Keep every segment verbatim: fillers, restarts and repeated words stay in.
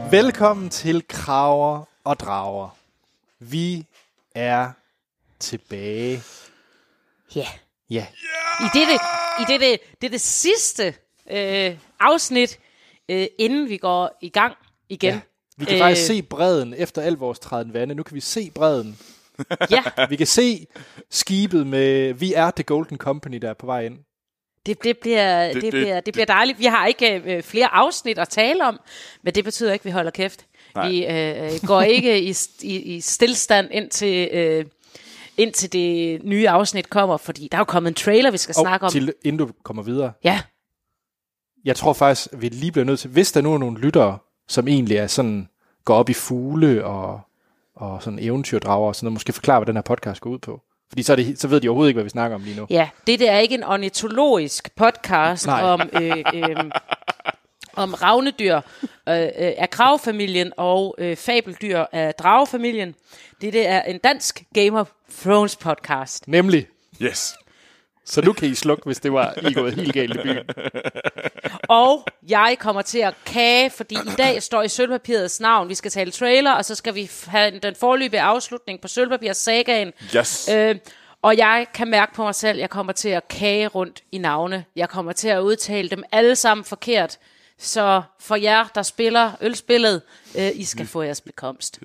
Velkommen til Kraver og Drager. Vi er tilbage. Ja. Ja. I dette, i dette, det er det sidste øh, afsnit, øh, inden vi går i gang igen. Ja. Vi kan øh, faktisk se bredden efter al vores træden vande. Nu kan vi se bredden. Ja. Vi kan se skibet med, vi er The Golden Company, der er på vej ind. Det, det, bliver, det, det, det, bliver, det bliver dejligt. Vi har ikke øh, flere afsnit at tale om, men det betyder ikke, at vi holder kæft. Nej. Vi øh, går ikke i, i, i stillstand indtil, øh, indtil det nye afsnit kommer, fordi der er jo kommet en trailer, vi skal Og snakke om. Til, inden du kommer videre. Ja. Jeg tror faktisk, vi lige bliver nødt til, hvis der nu er nogle lyttere, som egentlig er sådan, går op i fugle og, og sådan eventyrdrager og sådan noget, måske forklare, hvad den her podcast går ud på. Fordi så, er det, så ved de overhovedet ikke, hvad vi snakker om lige nu. Ja, det er ikke en ornitologisk podcast Nej. om, øh, øh, om ravnedyr øh, af kravfamilien og øh, fabeldyr af dragefamilien. Det, det er en dansk Game of Thrones podcast. Nemlig. Yes. Så nu kan I slukke, hvis det var, I gået helt galt i byen. Og jeg kommer til at kage, fordi i dag står i sølvpapirets navn. Vi skal tale trailer, og så skal vi have den foreløbige afslutning på sølvpapirs-sagaen. Yes. Øh, og jeg kan mærke på mig selv, at jeg kommer til at kage rundt i navne. Jeg kommer til at udtale dem alle sammen forkert. Så for jer, der spiller ølspillet, øh, I skal få jeres bekomst.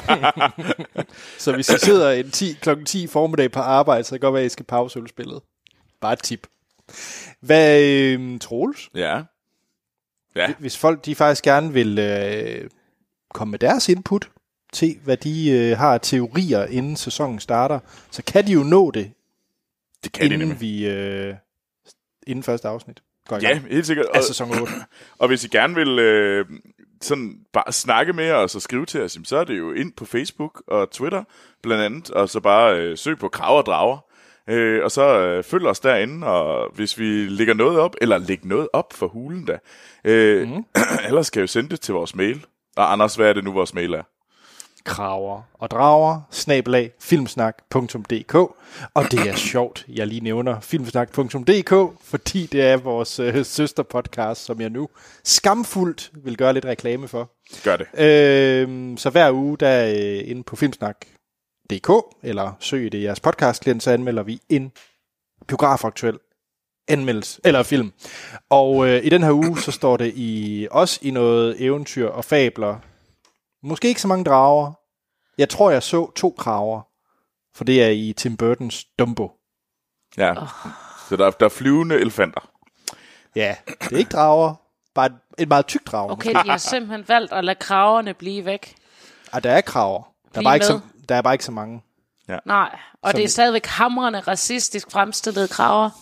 Så hvis I sidder en ti, klokken ti formiddag på arbejde, så kan det godt være, at I skal pause ølspillet. Bare et tip. Hvad, øh, Troels? Ja. Ja. Hvis folk de faktisk gerne vil øh, komme med deres input til, hvad de øh, har af teorier, inden sæsonen starter, så kan de jo nå det, Det kan de inden nemlig. vi øh, inden første afsnit går i Ja, gang helt sikkert. af Og, sæson otte. og hvis I gerne vil øh, sådan bare snakke med os og skrive til os, så er det jo ind på Facebook og Twitter blandt andet, og så bare øh, søg på Kraver og Drager. Øh, og så øh, følg os derinde, og hvis vi lægger noget op, eller lægger noget op for hulen da, øh, mm. ellers skal jeg jo sende det til vores mail. Og Anders, hvad er det nu, vores mail er? Kraver og drager, snabelag, filmsnak punktum d k. Og det er sjovt, jeg lige nævner filmsnak punktum d k, fordi det er vores øh, søsterpodcast, som jeg nu skamfuldt vil gøre lidt reklame for. Gør det. Øh, så hver uge, der er øh, inde på filmsnak punktum d k, eller søg det i jeres podcastklient, så anmelder vi en biografaktuel anmeldelse, eller film. Og øh, i den her uge, så står det i også i noget eventyr og fabler. Måske ikke så mange drager. Jeg tror, jeg så to kraver, for det er i Tim Burtons Dumbo. Ja. Oh. Så der, der er flyvende elefanter. Ja, det er ikke drager, bare et, et meget tykt drage. Okay, de har simpelthen valgt at lade kraverne blive væk. Ah, der er kraver. Der er, bare ikke så, der er bare ikke så mange. Ja. Nej, og Som det er stadigvæk hamrende racistisk fremstillede kraver.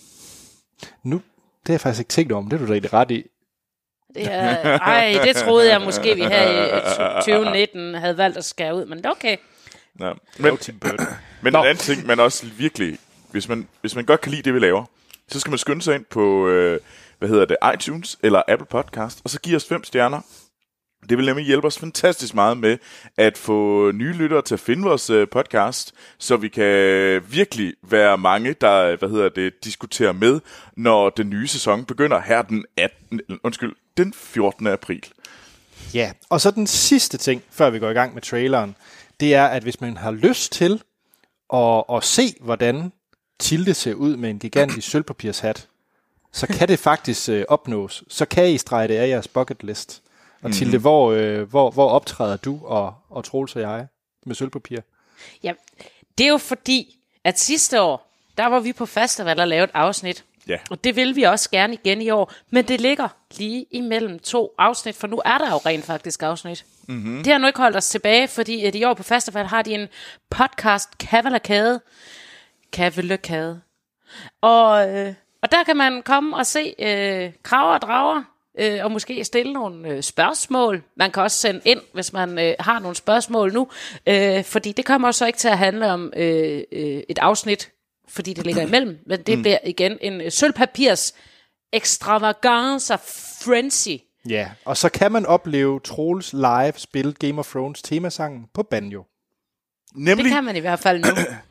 Nu, det har jeg faktisk ikke tænkt om. Det er du da rigtig ret i. Det er, ej, det troede jeg måske, vi her i tyve nitten havde valgt at skære ud, men det er okay. Ja. Men, Tim Burton. men en anden ting, man også virkelig, hvis man, hvis man godt kan lide det, vi laver, så skal man skynde sig ind på, øh, hvad hedder det, iTunes eller Apple Podcast, og så give os fem stjerner. Det vil nemlig hjælpe os fantastisk meget med at få nye lyttere til at finde vores øh, podcast, så vi kan virkelig være mange, der hvad hedder det, diskuterer med, når den nye sæson begynder her den attende, undskyld, den fjortende april. Ja, og så den sidste ting, før vi går i gang med traileren, det er, at hvis man har lyst til at, at se, hvordan Tilde ser ud med en gigantisk sølvpapirshat, så kan det faktisk øh, opnås. Så kan I strege det af jeres bucket list. Og Tilde, mm-hmm. hvor, øh, hvor, hvor optræder du og, og Troels og jeg med sølvpapir? Ja, det er jo fordi, at sidste år, der var vi på festival og lavede et afsnit. Ja. Og det vil vi også gerne igen i år. Men det ligger lige imellem to afsnit, for nu er der jo rent faktisk afsnit. Mm-hmm. Det har nu ikke holdt os tilbage, fordi at i år på festival har de en podcast, Kavalakade. Kavalakade. Og, øh, og der kan man komme og se øh, kraver og drager, øh, og måske stille nogle øh, spørgsmål. Man kan også sende ind, hvis man øh, har nogle spørgsmål nu, øh, fordi det kommer så ikke til at handle om øh, øh, et afsnit, fordi det ligger imellem, men det mm. bliver igen en øh, sølvpapirs extravaganza frenzy. Ja, og så kan man opleve Troels live spille Game of Thrones temasangen på banjo. Nemlig, Det kan man i hvert fald nu.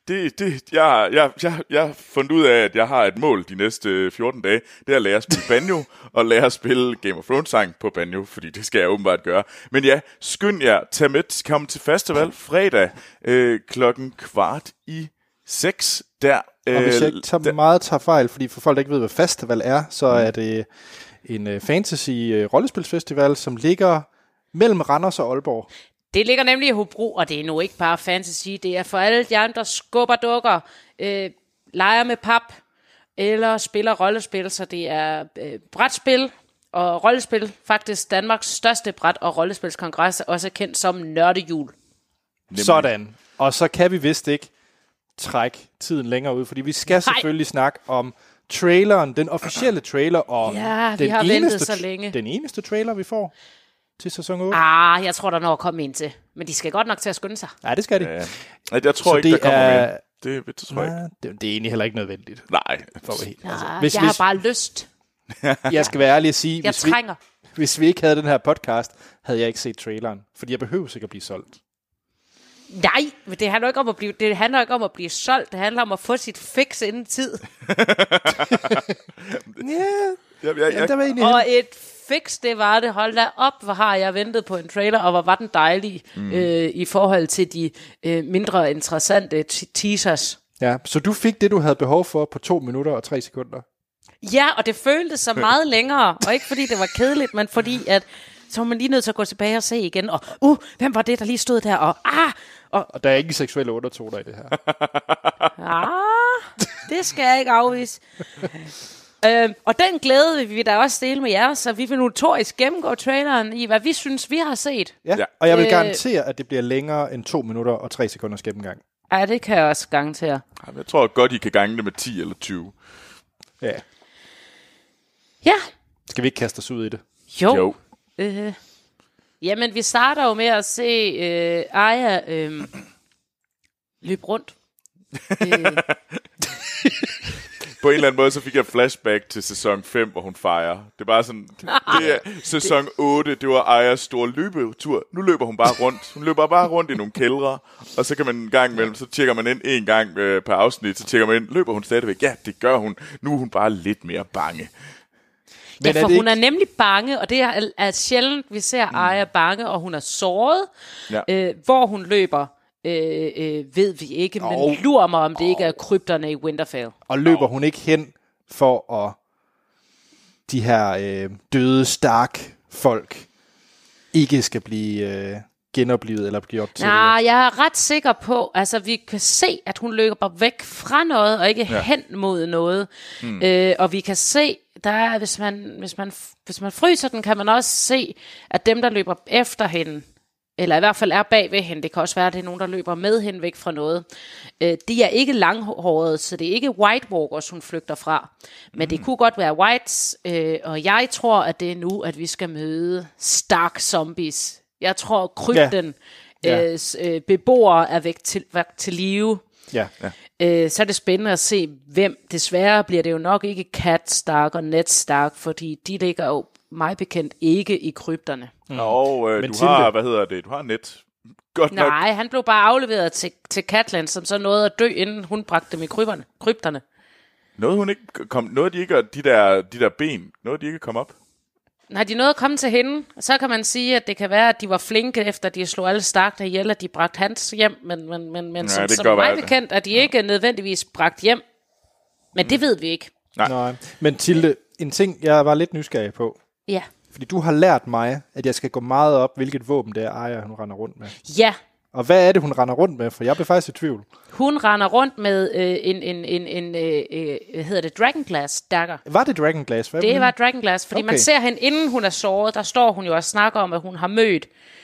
det, det, jeg, jeg, jeg, jeg har fundet ud af, at jeg har et mål de næste fjorten dage. Det er at lære at spille banjo, og lære at spille Game of Thrones-sang på banjo, fordi det skal jeg åbenbart gøre. Men ja, skynd jer, tag med, kom til festival fredag øh, klokken kvart i seks. Der, øh, og hvis jeg ikke tager der, meget tager fejl, fordi for folk, der ikke ved, hvad festival er, så er det en uh, fantasy-rollespilsfestival, som ligger mellem Randers og Aalborg. Det ligger nemlig i Hobro, og det er nu ikke bare fantasy. Det er for alle de andre skubber dukker, øh, leger med pap, eller spiller rollespil, så det er øh, brætspil og rollespil. Faktisk Danmarks største bræt- og rollespilskongres, også kendt som Nørdejul. Sådan. Og så kan vi vist ikke trække tiden længere ud, fordi vi skal Nej. selvfølgelig snakke om traileren, den officielle trailer, og Ja, vi den, har ventet eneste, så længe. den eneste trailer, vi får til sæson otte. Ah, jeg tror, der når at komme ind til. Men de skal godt nok til at skynde sig. Ja, det skal de. Ja, jeg, jeg tror Så ikke, det der kommer er- mere. Det, det tror jeg ikke. Nej, det, det er egentlig heller ikke nødvendigt. Nej. For at være helt. Ja, Altså, hvis, hvis, jeg hvis, har bare lyst. jeg skal være ærlig at sige, Jeg hvis vi, trænger. hvis vi ikke havde den her podcast, havde jeg ikke set traileren, fordi jeg behøver sikkert at blive solgt. Nej, men det handler ikke om at blive, det handler ikke om at blive solgt. Det handler om at få sit fix inden tid. Ja, Jeg, jeg, jamen, jeg, der var egentlig Og et fix, det var det. Hold da op, hvor har jeg ventet på en trailer, og hvor var den dejlig mm. øh, i forhold til de øh, mindre interessante t- teasers. Ja, så du fik det, du havde behov for på to minutter og tre sekunder. Ja, og det føltes så meget længere, og ikke fordi det var kedeligt, men fordi at så var man lige nødt til at gå tilbage og se igen, og uh, hvem var det, der lige stod der, og ah, og Og der er ikke seksuelle undertoner i det her. ah, det skal jeg ikke afvise. Øhm, og den glæde vil vi da også dele med jer, så vi vil notorisk gennemgå traileren i, hvad vi synes, vi har set. Ja, Ja. og jeg vil Øh. garantere, at det bliver længere end to minutter og tre sekunders gennemgang. Ja, det kan jeg også garantere. jeg tror godt, I kan gange det med ti eller tyve. Ja. Ja, Skal vi ikke kaste os ud i det? jo. Jo. Øh, jamen, vi starter jo med at se øh, Aya øh, løbe rundt. øh, På en eller anden måde, så fik jeg flashback til sæson fem, hvor hun fejrer. Det er bare sådan, det er sæson otte, det var Ayas store løbetur. Nu løber hun bare rundt. Hun løber bare rundt i nogle kældre, og så kan man en gang imellem, så tjekker man ind en gang øh, per afsnit, så tjekker man ind, løber hun stadigvæk? Ja, det gør hun. Nu er hun bare lidt mere bange. ja, Men er for det hun ikke- er nemlig bange, og det er, er sjældent, vi ser Aya bange, og hun er såret. Ja. Øh, hvor hun løber, øh, øh, ved vi ikke, men Og- lurer mig, om det ikke er krypterne i Winterfell. Og løber hun ikke hen for at de her øh, døde Stark-folk ikke skal blive øh, genoplevet eller gjort til? Nej, jeg er ret sikker på, altså vi kan se, at hun løber væk fra noget, og ikke ja. hen mod noget. Mm. Øh, og vi kan se, der er, hvis man, hvis, man, hvis man fryser den, kan man også se, at dem, der løber efter hende, eller i hvert fald er bag ved hende, det kan også være, at det er nogen, der løber med hende væk fra noget. Øh, de er ikke langhårede, så det er ikke White Walkers, hun flygter fra. Men mm. det kunne godt være Whites, øh, og jeg tror, at det er nu, at vi skal møde Stark Zombies. Jeg tror, krypten Ja. ja. øh, s- øh, beboere er væk til, væk til live. Ja. ja. Øh, så er det spændende at se, hvem. Desværre bliver det jo nok ikke Cat Stark og Ned Stark, fordi de ligger jo mig bekendt ikke i krypterne. Mm. Og øh, Men du til har, det- hvad hedder det, du har net. Godt nok. Nej, han blev bare afleveret til, til Catelyn, som så nåede at dø, inden hun bragte dem i krypterne. krypterne. Noget hun ikke kom, noget de ikke, de der, de der ben, noget de ikke kom op. Når de nåede at komme til hende, så kan man sige, at det kan være, at de var flinke, efter de slog alle Stark der ihjel, at de bragte hans hjem, men, men, men, men Ja, som, det som kan mig være. bekendt, er de ikke nødvendigvis bragt hjem. Men det ved vi ikke. Nej. Nej. Men Tilde, en ting, jeg var lidt nysgerrig på, Ja. fordi du har lært mig, at jeg skal gå meget op, hvilket våben det er, Aya, hun render rundt med. Ja, Og hvad er det, hun render rundt med? For jeg blev faktisk i tvivl. hun render rundt med øh, en, en, en, en øh, øh, hvad hedder det, Dragonglass dagger. Var det Dragonglass? Hvad Det var Dragonglass, fordi okay. man Okay. ser hende, inden hun er såret, der står hun jo og snakker om, at hun har mødt,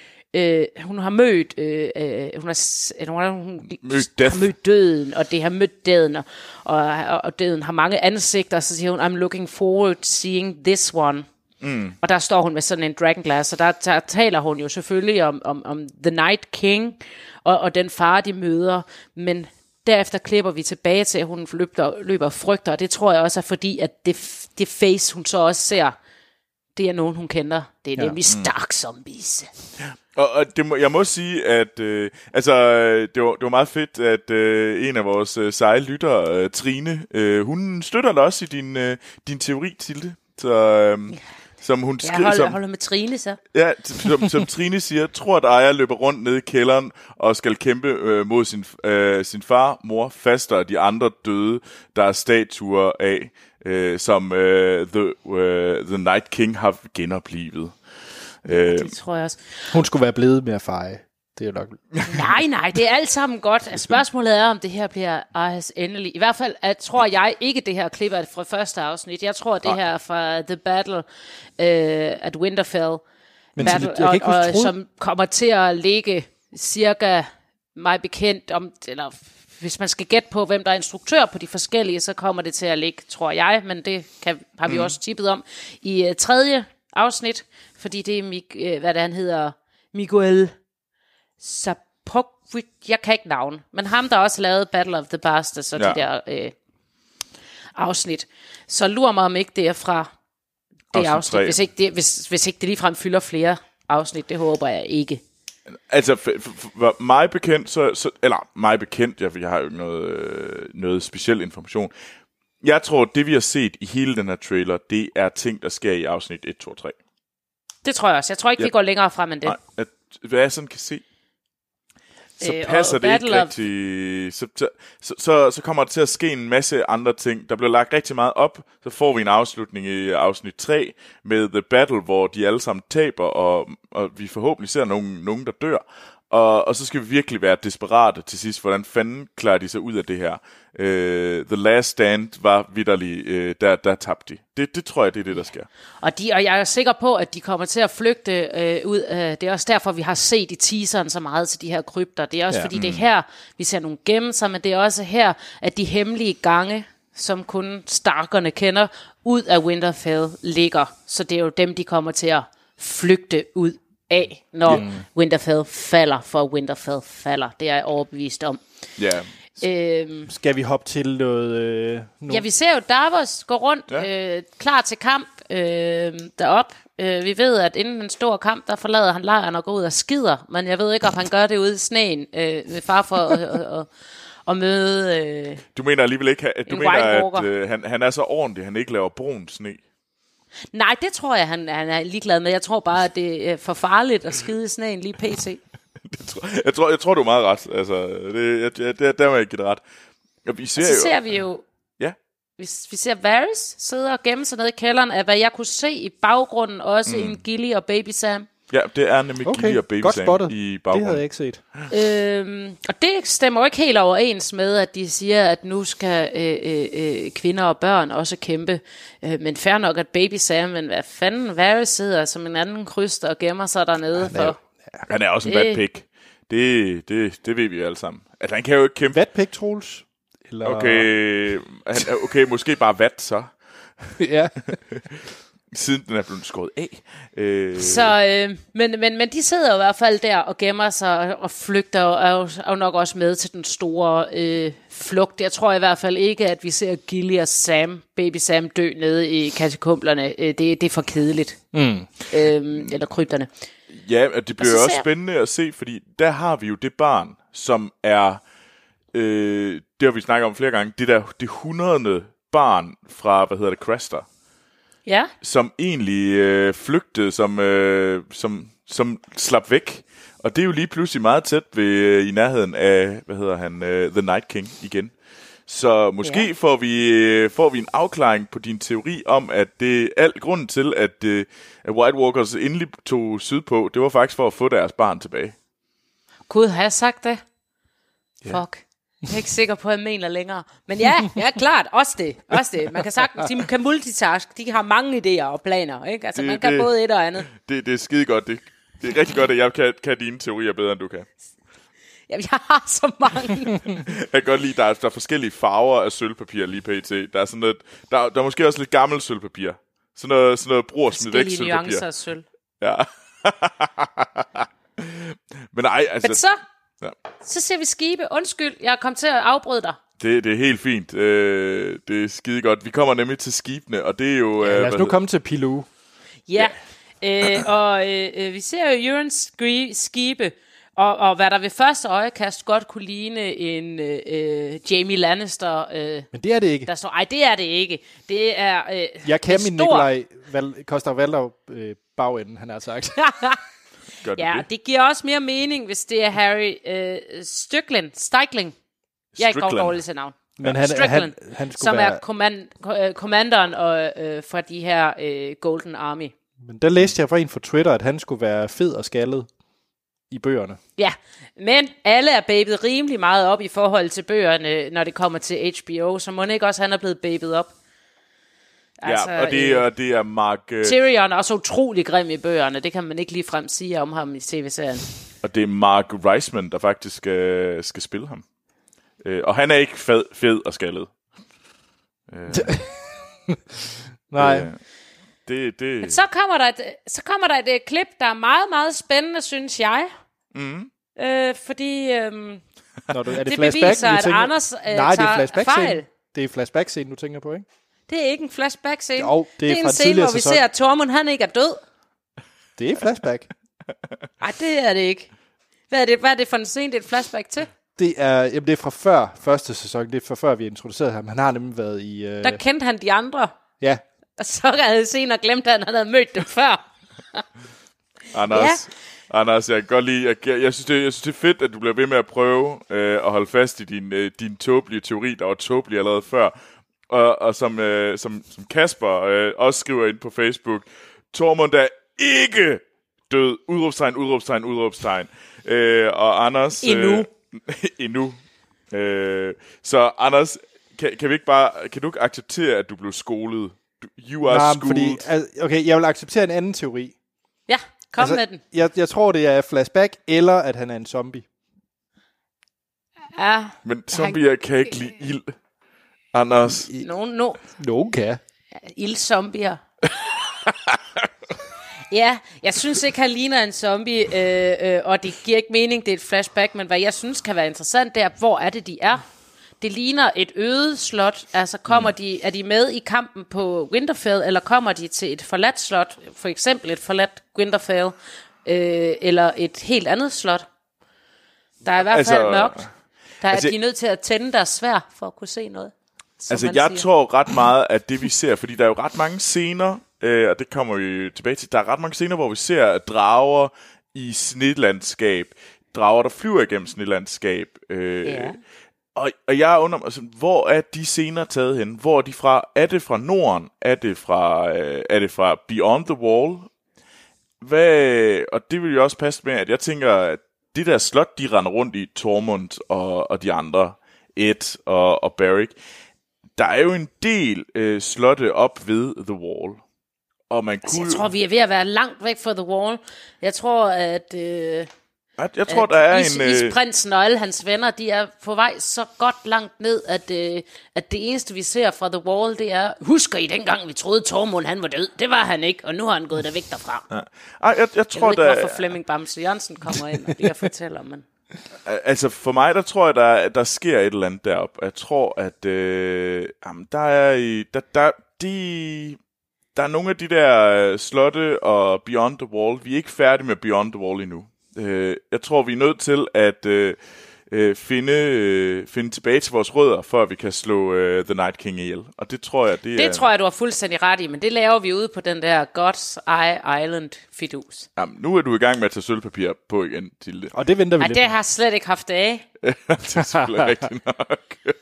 øh, hun har mødt, øh, øh, hun har, s- øh, hun har, hun Mødt death. har mødt døden, og det har mødt døden, og, og, og døden har mange ansigter, så siger hun, I'm looking forward to seeing this one. Mm. Og der står hun med sådan en Dragonglass, og der, der taler hun jo selvfølgelig om, om, om The Night King, og, og den far, de møder, men derefter klipper vi tilbage til, at hun løber, løber frygter, og det tror jeg også er fordi, at det, det face, hun så også ser, det er nogen, hun kender. Det er ja. nemlig Stark Zombies. Og, og det må, jeg må sige, at øh, altså, det, var, det var meget fedt, at øh, en af vores øh, seje lyttere, øh, Trine, øh, hun støtter dig også i din, øh, din teori til det. Så, øh, ja. som hun jeg holder, som, holder med Trine, så. Ja, som, som Trine siger, tror, at Aya løber rundt nede i kælderen og skal kæmpe øh, mod sin, øh, sin far, mor, faster og de andre døde, der er statuer af, øh, som øh, the, øh, the Night King har genoplivet. Ja, det tror jeg også. Hun skulle være blevet mere feje. Det er nok... nej, nej, det er alt sammen godt. Spørgsmålet er, om det her bliver Ayas endelig. I hvert fald at, tror jeg ikke, det her klip er fra første afsnit. Jeg tror, det her er fra The Battle uh, at Winterfell. Men Battle, jeg kan ikke og, huske, og, som kommer til at ligge cirka mig bekendt om, eller hvis man skal gætte på, hvem der er instruktør på de forskellige, så kommer det til at ligge, tror jeg, men det kan, har vi mm. også tippet om, i uh, tredje afsnit, fordi det er, Mig- uh, hvad det han hedder, Miguel Sapochnik, jeg kan ikke navn, men ham, der også lavede Battle of the Bastards og ja. de der øh, afsnit. Så lurer mig, om ikke det er fra det afsnit, hvis ikke det, hvis, hvis ikke det ligefrem fylder flere afsnit, det håber jeg ikke. Altså, f- f- f- mig bekendt, så, så, eller mig bekendt, jeg, jeg har jo ikke noget, øh, noget speciel information. Jeg tror, det vi har set i hele den her trailer, det er ting, der sker i afsnit et, to og tre. Det tror jeg også. Jeg tror ikke, ja. vi går længere frem end det. Nej, at, hvad jeg sådan kan se, så øh, passer det ikke rigtig. Så, så, så, så, så kommer der til at ske en masse andre ting. Der bliver lagt rigtig meget op. Så får vi en afslutning i afsnit tre med The Battle, hvor de alle sammen taber, og, og vi forhåbentlig ser nogen, nogen der dør. Og, og så skal vi virkelig være desperate til sidst. Hvordan fanden klarer de sig ud af det her? Uh, the Last Stand var vitterlig, uh, der, der tabte de. Det, det tror jeg, det er det, der sker. Og, de, og jeg er sikker på, at de kommer til at flygte uh, ud. Uh, det er også derfor, vi har set i teaseren så meget til de her krypter. Det er også ja. fordi, mm. det er her, vi ser nogle gemmelser, men det er også her, at de hemmelige gange, som kun Starkerne kender, ud af Winterfell ligger. Så det er jo dem, de kommer til at flygte ud af, når yeah. Winterfell falder, for Winterfell falder. Det er jeg overbevist om. Ja. Yeah. Øhm, Skal vi hoppe til noget? Øh, ja, vi ser jo Davos gå rundt, ja. øh, klar til kamp øh, derop. Øh, vi ved, at inden en stor kamp, der forlader han lejren og går ud og skider, men jeg ved ikke, om han gør det ude i sneen, øh, med far for at, at, at, at møde øh, Du mener alligevel ikke, at du mener, at øh, han, han er så ordentlig, han ikke laver brun sne? Nej, det tror jeg, han, han er ligeglad med. Jeg tror bare, at det er for farligt at skide i sneen lige pt. det tror, jeg, tror, jeg tror, du er meget ret. Altså, det, jeg, det, der må jeg ikke give det ret. Og vi ser og så jo, ser vi jo... Ja. Vi, vi ser Varys sidde og gemme sig nede i kælderen, af hvad jeg kunne se i baggrunden, også mm. en Gilly og Baby Sam. Ja, det er nemlig okay, Gilly og Baby Sam spottet. I baggrunden. Det havde jeg ikke set. Øhm, og det stemmer jo ikke helt overens med, at de siger, at nu skal øh, øh, kvinder og børn også kæmpe. Øh, men fair nok, at Baby Sam, men hvad fanden, Varys sidder som en anden kryster og gemmer sig dernede. Han er, for. Han er også en bad pig. Det, det, det ved vi alle sammen. At han kan jo ikke kæmpe. Vatpik, Troels? Eller... Okay, han, okay, måske bare vat så. Ja. Siden den er blevet skåret af. Øh... Så, øh, men, men, men de sidder jo i hvert fald der og gemmer sig og flygter, og er jo, er jo nok også med til den store øh, flugt. Jeg tror i hvert fald ikke, at vi ser Gilly og Sam, Baby Sam, dø nede i katakomblerne. Øh, det, det er for kedeligt. Mm. Øh, eller krypterne. Ja, og det bliver og også spændende at se, fordi der har vi jo det barn, som er, øh, det har vi snakket om flere gange, det der det hundredende barn fra, hvad hedder det, Craster. Ja. Som egentlig øh, flygtede, som, øh, som, som slap væk. Og det er jo lige pludselig meget tæt ved, øh, i nærheden af, hvad hedder han, øh, The Night King igen. Så måske ja. får, vi, øh, får vi en afklaring på din teori om, at det alt grunden til, at, øh, at White Walkers endelig tog sydpå, det var faktisk for at få deres barn tilbage. Gud, har jeg sagt det? Ja. Fuck. Jeg er ikke sikker på, at jeg mener længere. Men ja, ja, klart, også det. Også det. Man kan sagtens, de kan multitask. De har mange idéer og planer, ikke? Altså, det, man kan det, både et og andet. Det, det er skide godt. Det, det er rigtig godt, at jeg kan, kan dine teorier bedre, end du kan. Jamen, jeg har så mange. Jeg kan godt lide, at der er, der er forskellige farver af sølvpapir lige pt. Der er sådan noget, der, der er måske også lidt gammelt sølvpapir. Sådan noget, sådan noget brug og smid væk sølvpapir. Forskellige nuancer af sølv. Ja. Men nej, altså... Men så... Ja. Så ser vi skibe. Undskyld, jeg kom til at afbryde dig. Det, det er helt fint. Øh, det er skide godt. Vi kommer nemlig til skibene, og det er jo... Ja, lad os øh, nu komme til Pilou. Ja, øh, og øh, vi ser jo Eurons skibe, og, og hvad der ved første øjekast godt kunne ligne en øh, Jamie Lannister. Øh, Men det er det ikke. Der står, ej, det er det ikke. Det er øh, Jeg kan min stor... Nikolaj Val- Coster Waldau øh, bagenden, han har sagt. Ja, det? det giver også mere mening, hvis det er Harry øh, Strickland, Steikling. Jeg er ikke godt dårlig til navn. Men han, han, han som være... er kommand, kommanderen og, øh, for de her øh, Golden Army. Men der læste jeg fra en fra Twitter, at han skulle være fed og skaldet i bøgerne. Ja, men alle er babet rimelig meget op i forhold til bøgerne, når det kommer til H B O, så må ikke også han er blevet babet op. Altså, ja, og det er, øh, det er Mark... Øh, Tyrion er også utrolig grim i bøgerne, det kan man ikke ligefrem sige om ham i tv-serien. Og det er Mark Reisman, der faktisk skal, skal spille ham. Øh, og han er ikke fed, fed og skaldet. Øh, Nej. Øh, det, det... Men så kommer der et, så kommer der et, et klip, der er meget, meget spændende, synes jeg. Mm. Øh, fordi øhm, Når du, er det, det flashback, beviser, at tænker? Anders øh, Nej, det er tager flashback-scenen. fejl. Det er flashback-scenen, du tænker på, ikke? Det er ikke en flashback-scene. Jo, det er det er fra en scene, hvor vi sæson. ser, at Tormund han ikke er død. Det er flashback. Nej, det er det ikke. Hvad er det, hvad er det for en scene, det er et flashback til? Det er, jamen det er fra før første sæson. Det er fra før, vi introducerede ham. Han har nemlig været i... Øh... Der kendte han de andre. Ja. Og så havde jeg senere glemt, at han havde mødt dem før. Anders, ja. Anders, jeg kan godt lide, jeg, jeg, jeg, synes, det, jeg synes, det er fedt, at du bliver ved med at prøve øh, at holde fast i din, øh, din tåbelige teori, der var tåbelig allerede før. Og, og som, øh, som, som Kasper øh, også skriver ind på Facebook, Tormund er ikke død. Udråbstegn, udråbstegn, udråbstegn. Øh, og Anders... Endnu. Øh, endnu. Øh, så Anders, kan, kan vi ikke bare... Kan du ikke acceptere, at du blev skolet? Du, you are Nej, schooled. fordi, altså, okay, jeg vil acceptere en anden teori. Ja, kom altså, med den. Jeg, jeg tror, det er flashback, eller at han er en zombie. Ja. Men zombier kan ikke lide ild. Anders. Nogen, no. Nogen kan. Ildzombier. Ja, jeg synes ikke, han ligner en zombie, øh, øh, og det giver ikke mening, det er et flashback, men hvad jeg synes kan være interessant, det er, hvor er det, de er? Det ligner et øde slot, altså kommer mm. de, er de med i kampen på Winterfell, eller kommer de til et forladt slot, for eksempel et forladt Winterfell, øh, eller et helt andet slot? Der er i hvert fald altså, mørkt. Der er altså, de nødt til at tænde deres sværd, for at kunne se noget. Altså, jeg siger. tror ret meget, at det vi ser, fordi der er jo ret mange scener, øh, og det kommer vi tilbage til, der er ret mange scener, hvor vi ser drager i snelandskab, drager, der flyver igennem snelandskab. Øh, ja. og, og jeg undrer mig, altså, hvor er de scener taget hen? Hvor er de fra? Er det fra Norden? Er det fra, øh, er det fra Beyond the Wall? Hvad, og det vil jo også passe med, at jeg tænker, at det der slot, de render rundt i, Tormund og, og de andre, Ed og, og Beric, der er jo en del øh, slotte op ved The Wall. Og man altså, kunne... jeg tror, vi er ved at være langt væk fra The Wall. Jeg tror, at... Øh, jeg, jeg tror, der er is, en... Øh... Isprinsen og alle hans venner, de er på vej så godt langt ned, at, øh, at det eneste, vi ser fra The Wall, det er... Husker I dengang, vi troede, Tormund han var død? Det var han ikke, og nu har han gået der væk derfra. Ja. Ej, jeg, jeg, tror, jeg ved ikke, der... hvorfor Flemming Bamse Jørgensen kommer ind og bliver fortæller, men... Altså for mig, der tror jeg, der, der sker et eller andet deroppe. Jeg tror, at øh, jamen, der er i, der, der, de, der er nogle af de der slotte og Beyond the Wall. Vi er ikke færdige med Beyond the Wall endnu. Øh, jeg tror, vi er nødt til at øh, øh, finde, øh, finde tilbage til vores rødder, før vi kan slå øh, The Night King ihjel. Og det tror jeg, det, det er... tror jeg, du har fuldstændig ret i, men det laver vi ude på den der God's Eye Island fidus. Jamen, nu er du i gang med at tage sølvpapir på igen, Tilde. Og det venter vi Ej, lidt. det har jeg slet ikke haft af. Det er selvfølgelig rigtigt nok.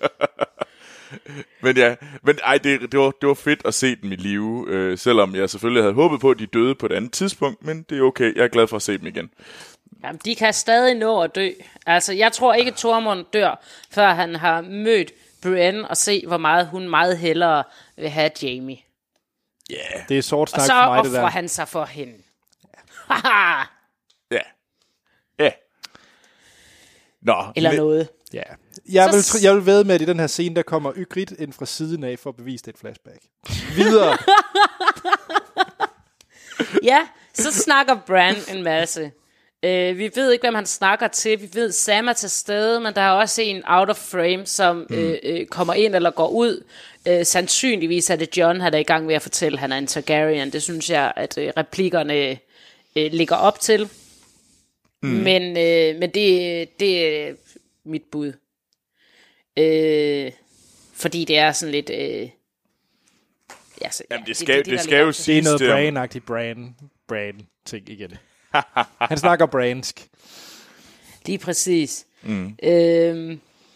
Men ja, men ej, det, det, var, det var fedt at se dem i live, øh, selvom jeg selvfølgelig havde håbet på, at de døde på et andet tidspunkt, men det er okay, jeg er glad for at se dem igen. Jamen, de kan stadig nå at dø. Altså, jeg tror ikke, Tormund dør, før han har mødt Brienne og se, hvor meget hun meget hellere vil have Jamie. Ja. Yeah. Det er sort snak og så for mig, det der. offrer han sig for hende. Haha! Ja. Ja. Nå. Eller men... noget. Ja. Jeg vil, Så... jeg vil vædde med, at i den her scene, der kommer Ygritte ind fra siden af for at bevise, det er et flashback. Videre. Ja, så snakker Bran en masse. Øh, vi ved ikke, hvem han snakker til. Vi ved, Sam er til stede, men der er også en out of frame, som mm. øh, øh, kommer ind eller går ud. Øh, sandsynligvis er det John, han er i gang med at fortælle, at han er en Targaryen. Det synes jeg, at øh, replikkerne øh, ligger op til. Mm. Men, øh, men det, det er mit bud. Øh, fordi det er sådan lidt... Øh, ja, så, Jamen, det ja, skal, det, det, det skal jo sige... Det er noget um... brain-agtigt brain, brain ting igen. Han snakker brainsk. Lige præcis. Mm. Øhm,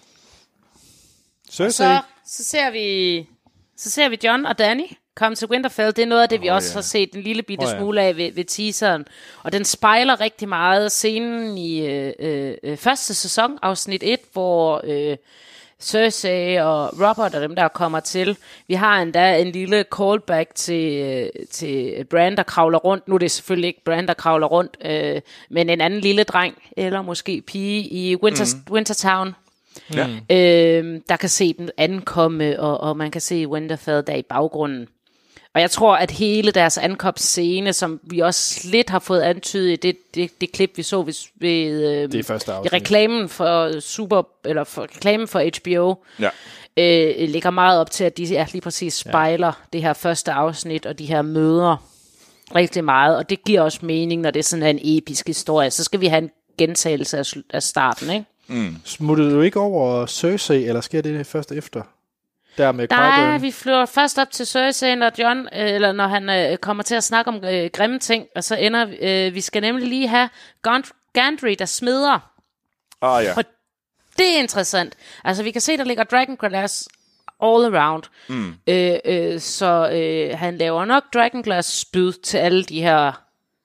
så, så, så ser vi så ser vi John og Dany komme til Winterfell. Det er noget af det, oh, vi også yeah. har set en lille bitte oh, yeah. smule af ved, ved teaseren. Og den spejler rigtig meget scenen i øh, øh, første sæson, afsnit et, hvor øh, Cersei og Robert og dem, der kommer til. Vi har endda en lille callback til, til Bran, der kravler rundt. Nu er det selvfølgelig ikke Bran, der kravler rundt, øh, men en anden lille dreng, eller måske pige i Winter, mm. Wintertown, ja. øh, der kan se dem ankomme, og, og man kan se Winterfell der i baggrunden. Og jeg tror, at hele deres ankomstscene, som vi også lidt har fået antydet i det, det, det klip, vi så ved, ved øh, det første i reklamen for Super, eller for reklamen for H B O, ja. øh, ligger meget op til, at de er lige præcis spejler ja. det her første afsnit, og de her møder rigtig meget. Og det giver også mening, når det er sådan en episk historie. Så skal vi have en gentagelse af, af starten, ikke? Mm. Smuttede du ikke over Cersei, eller sker det først efter? Der med Nej, vi flyver først op til Cersei, når John, eller når han øh, kommer til at snakke om øh, grimme ting, og så ender øh, vi skal nemlig lige have Gand- Gendry, der smider. Ah ja. Og det er interessant. Altså, vi kan se, der ligger Dragonglass all around. Mm. Øh, øh, så øh, han laver nok Dragonglass spyd til alle de her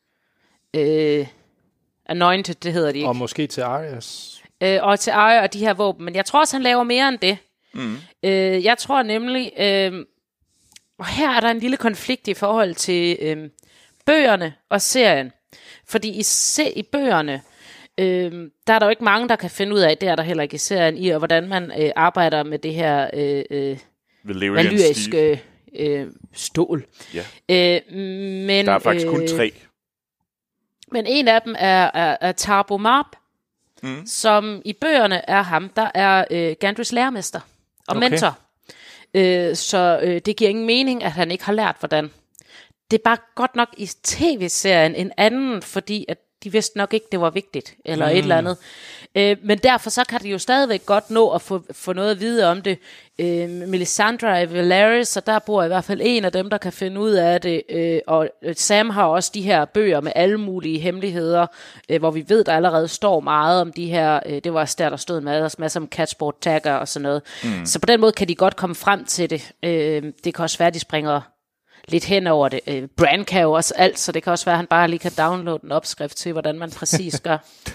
øh, anointed, det hedder de ikke. Og måske til Arias. Øh, og til Arya og de her våben. Men jeg tror også, han laver mere end det. Mm. Øh, jeg tror nemlig, øh, og her er der en lille konflikt i forhold til øh, bøgerne og serien. Fordi i, se, i bøgerne, øh, der er der jo ikke mange, der kan finde ud af, det er der heller ikke i serien, i og hvordan man øh, arbejder med det her øh, øh, valyriske øh, stål. Yeah. Øh, men, der er faktisk øh, kun tre. Men en af dem er, er, er Tarbo Marp, mm. som i bøgerne er ham, der er øh, Gendrys lærermester og okay. mentor. Øh, så øh, det giver ingen mening, at han ikke har lært, hvordan. Det er bare godt nok i tv-serien en anden, fordi at de vidste nok ikke, det var vigtigt, eller mm. et eller andet. Øh, men derfor så kan de jo stadigvæk godt nå at få, få noget at vide om det. Øh, Melisandre og Varys, og der bor i hvert fald en af dem, der kan finde ud af det. Øh, og Sam har også de her bøger med alle mulige hemmeligheder, øh, hvor vi ved, der allerede står meget om de her, øh, det var også der, der stod med os, masser om catchboard tagger og sådan noget. Mm. Så på den måde kan de godt komme frem til det. Øh, det kan også være, at de springer lidt hen over det. Øh, Bran kan jo også alt, så det kan også være, at han bare lige kan downloade en opskrift til, hvordan man præcis gør.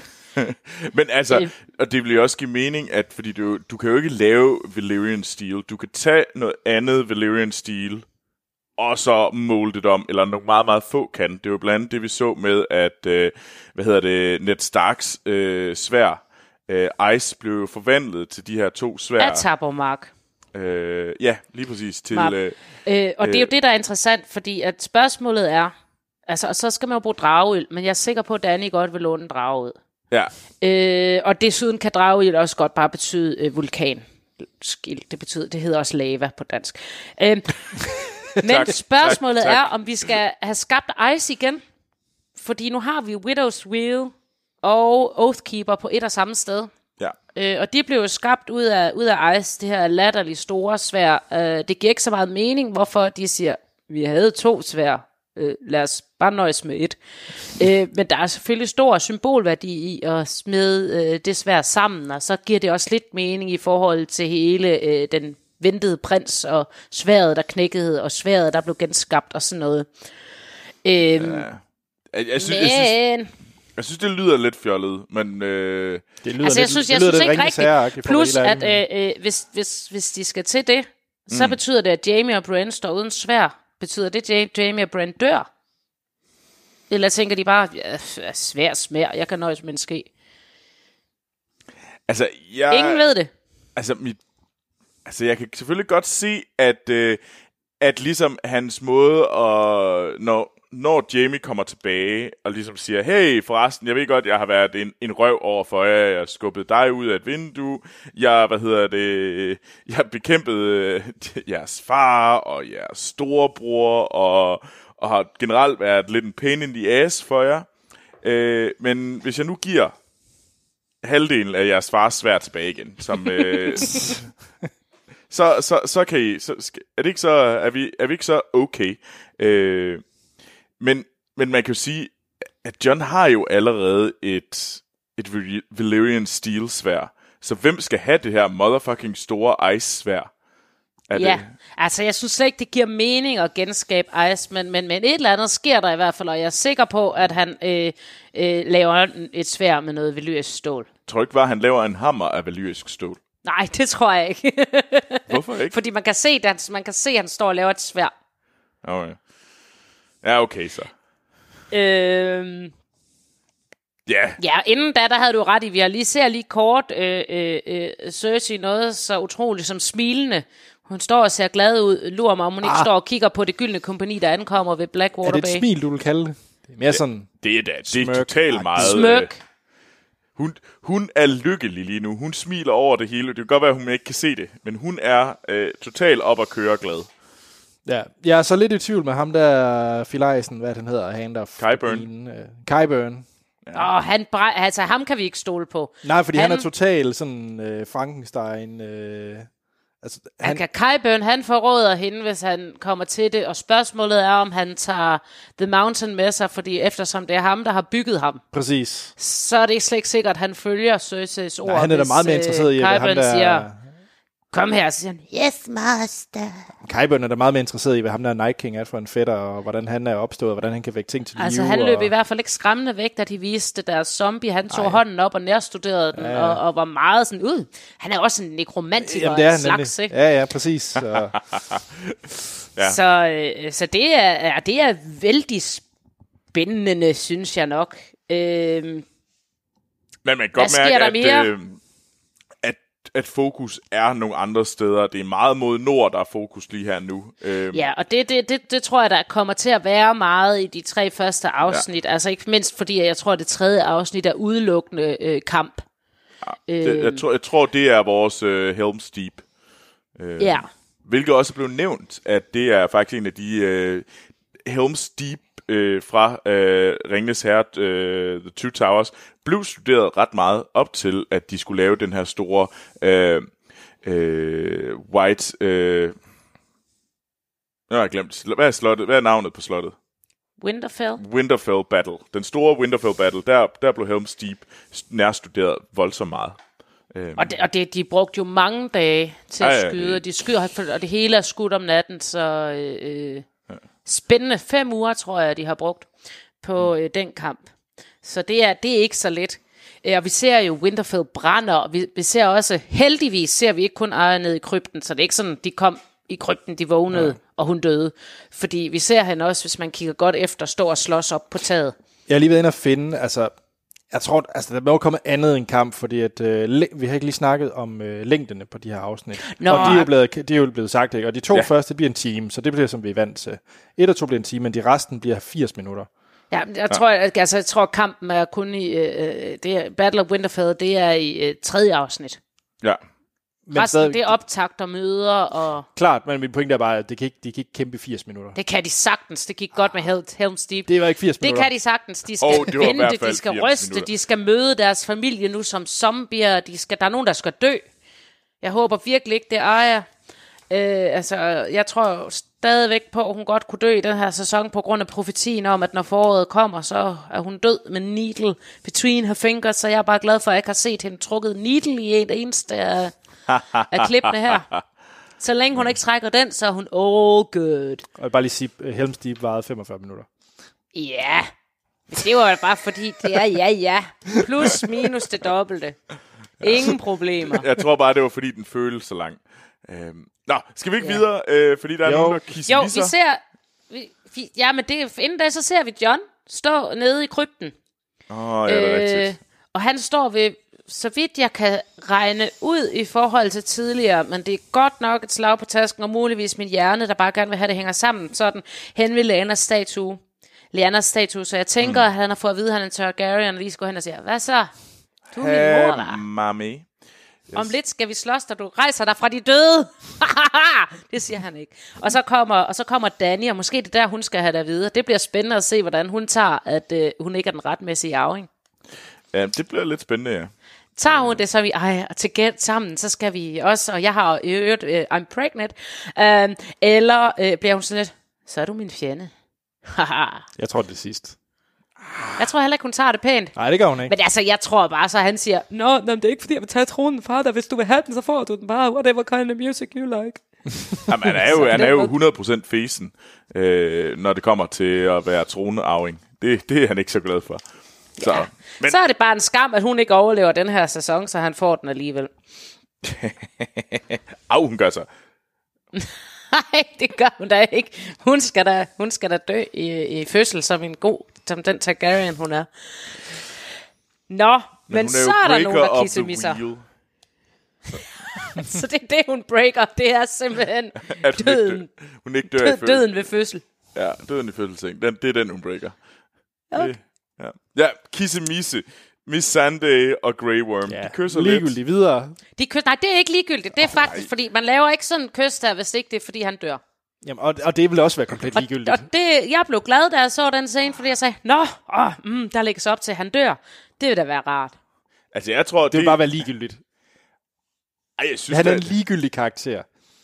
Men altså, øh, og det vil jo også give mening, at fordi du, du kan jo ikke lave Valyrian Steel. Du kan tage noget andet Valyrian Steel, og så molde det om, eller nogle meget, meget få kan. Det er jo blandt andet det, vi så med, at, øh, hvad hedder det, Ned Starks øh, svær, øh, Ice, blev jo forvandlet til de her to svær. Af Tabormark. Øh, ja, lige præcis. Til, øh, øh, og øh, det er jo det, der er interessant, fordi at spørgsmålet er, altså, og så skal man jo bruge drageild, men jeg er sikker på, at Dany godt vil låne en drage ud. Ja. Øh, og desuden kan drageild også godt bare betyde øh, vulkan. Det betyder, det hedder også lava på dansk. Øh, men tak, spørgsmålet tak, tak. er, om vi skal have skabt Ice igen, fordi nu har vi Widow's Wheel og Oathkeeper på et og samme sted. Ja. Øh, og de blev jo skabt ud af, ud af Ice, det her latterligt store svær. Øh, det giver ikke så meget mening, hvorfor de siger, vi havde to svær. Øh, lad os bare nøjes med et. Øh, men der er selvfølgelig stor symbolværdi i at smide øh, det svær sammen, og så giver det også lidt mening i forhold til hele øh, den ventede prins, og sværet, der knækkede, og sværet, der blev genskabt, og sådan noget. Øh, ja. jeg, jeg, synes, men... jeg, synes, jeg synes, det lyder lidt fjollet, men... Øh... Det lyder altså, jeg lidt, synes, jeg lyder synes lidt ikke rigtigt. Plus, at øh, øh, hvis, hvis, hvis de skal til det, mm. så betyder det, at Jaime og Bran står uden svær. Betyder det, at Jaime og Bran dør? Eller tænker de bare, ja, svær smær, jeg kan nøjes med en ske? Altså, jeg... Ingen ved det. Altså, mit, altså jeg kan selvfølgelig godt se, at, øh, at ligesom hans måde, at, når, når Jamie kommer tilbage og ligesom siger, hey, forresten, jeg ved godt, jeg har været en, en røv over for jer, jeg har skubbet dig ud af et vindue, jeg, hvad hedder det, jeg har bekæmpet øh, jeres far og jeres storebror, og, og har generelt været lidt en pain in the ass for jer. Øh, men hvis jeg nu giver halvdelen af jeres fars sværd tilbage igen, som... Øh, så, så, så kan I... Så, er, det ikke så, er, vi, er vi ikke så okay? Øh, men, men man kan jo sige, at Jon har jo allerede et, et Valyrian steel sværd. Så hvem skal have det her motherfucking store ice sværd? Ja, det? altså jeg synes slet ikke, det giver mening at genskabe Ice, men, men, men et eller andet sker der i hvert fald, og jeg er sikker på, at han øh, øh, laver et sværd med noget valyrisk stål. Tror du ikke bare, at han laver en hammer af valyrisk stål? Nej, det tror jeg ikke. Hvorfor ikke? Fordi man kan se, at man kan se, at han står og laver et sværd. Okay. Ja, okay så. Øhm... Ja. Yeah. Ja, inden da, der havde du ret i, vi har lige ser lige kort øh, øh, øh, Cersei noget så utroligt som smilende. Hun står og ser glad ud. Lurer mig, om hun ah. ikke står og kigger på det gyldne kompagni, der ankommer ved Blackwater Bay. Er det et smil, du vil kalde det? Det er mere sådan... Det er da, det er totalt meget... Smøk. Hun, hun er lykkelig lige nu. Hun smiler over det hele. Det kan godt være, at hun ikke kan se det, men hun er øh, totalt op at køre glad. Ja, jeg er så lidt i tvivl med ham der, Filejsen, hvad han hedder, Hand of Qyburn. Uh, Qyburn. Ja. Og han, altså, ham kan vi ikke stole på. Nej, fordi han, han er totalt sådan uh, Frankenstein... Uh, altså, han, han kan Qyburn, han forråder hende, hvis han kommer til det, og spørgsmålet er, om han tager The Mountain med sig, fordi eftersom det er ham, der har bygget ham. Præcis. Så er det slet ikke sikkert, at han følger Cerseis ord. Nej, han er da meget mere interesseret i, hvad ham der... siger, kom her, så siger han, yes, master. Qyburn er da meget mere interesseret i, hvad ham der Night King er for en fætter, og hvordan han er opstået, og hvordan han kan vække ting til live. Altså, han løb og... i hvert fald ikke skræmmende væk, da de viste deres zombie. Han tog Ej. hånden op og nærstuderede den, ja, ja. Og, og var meget sådan ud. Han er også en nekromantiker. Jamen, det er han slags, ikke? Ja, ja, præcis. Så, ja. så, øh, så det, er, det er vældig spændende, synes jeg nok. Øh, Men man kan godt mærke, at... Øh, at fokus er nogle andre steder. Det er meget mod nord, der er fokus lige her nu. Øhm. Ja, og det, det, det, det tror jeg, der kommer til at være meget i de tre første afsnit. Ja. Altså ikke mindst fordi, jeg tror, at det tredje afsnit er udelukkende øh, kamp. Ja, det, jeg, tror, jeg tror, det er vores øh, Helm's Deep. Øh, ja. Hvilket også blev nævnt, at det er faktisk en af de øh, Helm's Deep øh, fra øh, Ringenes Herre, øh, The Two Towers, blev studeret ret meget op til, at de skulle lave den her store øh, øh, white... Øh, jeg har glemt. Hvad er, slottet? Hvad er navnet på slottet? Winterfell. Winterfell Battle. Den store Winterfell Battle, der, der blev Helm's Deep nærstuderet voldsomt meget. Øhm. Og, det, og det, de brugte jo mange dage til at ja, skyde, ja, og de skyder, og det hele er skudt om natten, så øh, ja. spændende fem uger, tror jeg, de har brugt på øh, den kamp. Så det er, det er ikke så let. Og vi ser jo Winterfell brænder, og vi, vi ser også, heldigvis ser vi ikke kun Arya ned i krypten, så det er ikke sådan, de kom i krypten, de vågnede, ja. og hun døde. Fordi vi ser hende også, hvis man kigger godt efter, stå og slås op på taget. Jeg er lige ved inde at finde, altså, jeg tror, altså, der må jo komme andet end kamp, fordi at, øh, vi har ikke lige snakket om øh, længdene på de her afsnit. Nå. Og de er, blevet, de er jo blevet sagt, ikke? Og de to ja. første bliver en time, så det bliver, som vi er vant til. Et og to bliver en time, men de resten bliver firs minutter. Ja, jeg ja. tror, altså, jeg tror, kampen er kun i, øh, det er, Battle of Winterfell, det er i øh, tredje afsnit. Ja. Men resten, stadig, det er optakt og møder og... Klart, men min pointe er bare, at det kan ikke, de kan ikke kæmpe firs minutter. Det kan de sagtens. Det gik godt med Helm's Deep. Det var ikke firs minutter. Det kan de sagtens. De skal oh, vente, de skal ryste, minutter. De skal møde deres familie nu som zombier. De skal, der er nogen, der skal dø. Jeg håber virkelig ikke, det er Arya. Øh, altså, jeg tror stadigvæk på, at hun godt kunne dø i den her sæson på grund af profetien om, at når foråret kommer, så er hun død med needle between her fingers. Så jeg er bare glad for, at jeg ikke har set hende trukket needle i en eneste af, af klippene her. Så længe hun ikke trækker den, så er hun all good. Og jeg vil bare lige sige, at Helm's Deep varede femogfyrre minutter. Ja, men det var bare fordi, det er ja, ja. Plus minus det dobbelte. Ingen problemer. Jeg tror bare, det var fordi, den føles så lang. Øhm, nå, skal vi ikke ja. videre? Øh, fordi der er jo. nogen, der kisser. Jo, vi ser... Vi, vi, ja, men det, inden da, så ser vi Jon stå nede i krypten. Åh, oh, ja, det er øh, rigtigt. Og han står ved, så vidt jeg kan regne ud i forhold til tidligere, men det er godt nok et slag på tasken, og muligvis min hjerne, der bare gerne vil have det hænger sammen, sådan hen ved Laenas statue. Lyannas statue, så jeg tænker, mm. at han har fået at vide, at han er en Targaryen, og lige skal gå hen og sige, hvad så? Du er min mor, der. Mami. Yes. Om lidt skal vi slås, da du rejser dig fra de døde. Det siger han ikke. Og så kommer, og så kommer Dany, og måske det der, hun skal have det at vide. Det bliver spændende at se, hvordan hun tager, at øh, hun ikke er den retmæssige arving. Ja, det bliver lidt spændende, ja. Tager hun det, så vi ej, til gæt sammen, så skal vi også, og jeg har øvet, uh, I'm pregnant, uh, eller uh, bliver hun sådan lidt, så er du min fjende. Jeg tror det er sidst. Jeg tror heller ikke, hun tager det pænt. Nej, det gør hun ikke. Men altså, jeg tror bare, så han siger, nå, nå det er ikke fordi, jeg vil tage tronen fra dig. Hvis du vil have den, så får du den bare. Whatever kind of music you like. Jamen, han er jo, han er jo hundrede procent fesen, øh, når det kommer til at være tronearving. Det, det er han ikke så glad for. Så, ja. men... så er det bare en skam, at hun ikke overlever den her sæson, så han får den alligevel. Au, hun gør så. Nej, det gør hun da ikke. Hun skal da, hun skal da dø i, i fødsel som en god, som den Targaryen hun er. Nå, men, men er så er der nogen, der kissemisser. Så det er det, hun breaker. Det er simpelthen at hun døden. Ikke dø. Hun ikke dør død, i fødsel. Døden ved fødsel. Ja, døden i fødsel. Den, det er den, hun breaker. Okay. Det, ja, ja kissemisse. Miss Sunday og Grey Worm. Ja, de kysser ligegyldigt lidt. videre. De kys, nej, det er ikke ligegyldigt. Det er oh, faktisk, nej. Fordi man laver ikke sådan en kys der, hvis ikke det er, fordi han dør. Jamen, og, og det vil også være komplet ligegyldigt. Og, og det, jeg blev glad, da jeg så den scene, fordi jeg sagde, nå, åh, mm, der lægges op til, at han dør. Det vil da være rart. Altså, jeg tror, det... Det vil bare være ligegyldigt. Ej, jeg synes, han er det... en ligegyldig karakter.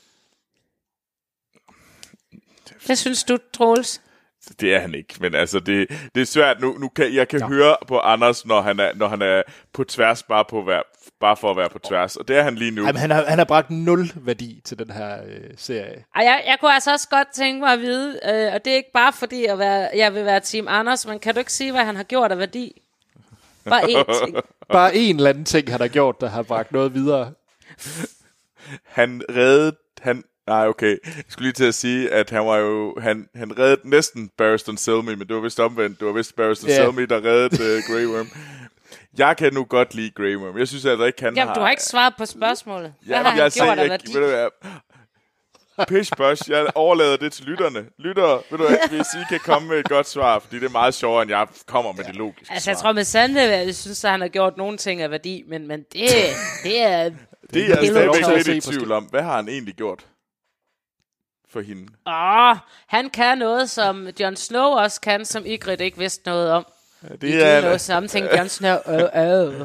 Hvad synes du, Troels? Det er han ikke, men altså, det, det er svært. Nu, nu kan, jeg kan ja. høre på Anders, når han, er, når han er på tværs, bare, på være, bare for at være på tværs. Og det er han lige nu. Jamen, han, har, han har bragt nul værdi til den her øh, serie. Ej, jeg, jeg kunne altså også godt tænke mig at vide, øh, og det er ikke bare fordi, at være, jeg vil være Team Anders, men kan du ikke sige, hvad han har gjort af værdi? Bare én ting. Bare en eller anden ting, han har gjort, der har bragt noget videre. Han reddede... Han, nej, okay. Jeg skulle lige til at sige, at han var jo... Han, han reddede næsten Barristan Selmy, men det var vist omvendt. Det var vist Barristan yeah. Selmy, der reddede uh, Grey Worm. Jeg kan nu godt lide Grey Worm. Jeg synes altså ikke, han Jamen, har... du har ikke svaret på spørgsmålet. Hvad ja, har han jeg gjort af jeg, værdi? Ved du hvad? Pish bosh, jeg overlader det til lytterne. Lyttere, ved du hvad, hvis I kan komme med et godt svar, fordi det er meget sjovere, end jeg kommer med ja. det logiske altså, svar. jeg tror med Sande, jeg synes, at han har gjort nogle ting af værdi, men, men det, det er... Det er jeg stadigvæk lidt i tvivl om. Hvad har han egentlig gjort for hende? Åh, han kan noget, som Jon Snow også kan, som Ygritte ikke vidste noget om. Ja, det I er noget something Jon Snow. Oh, oh.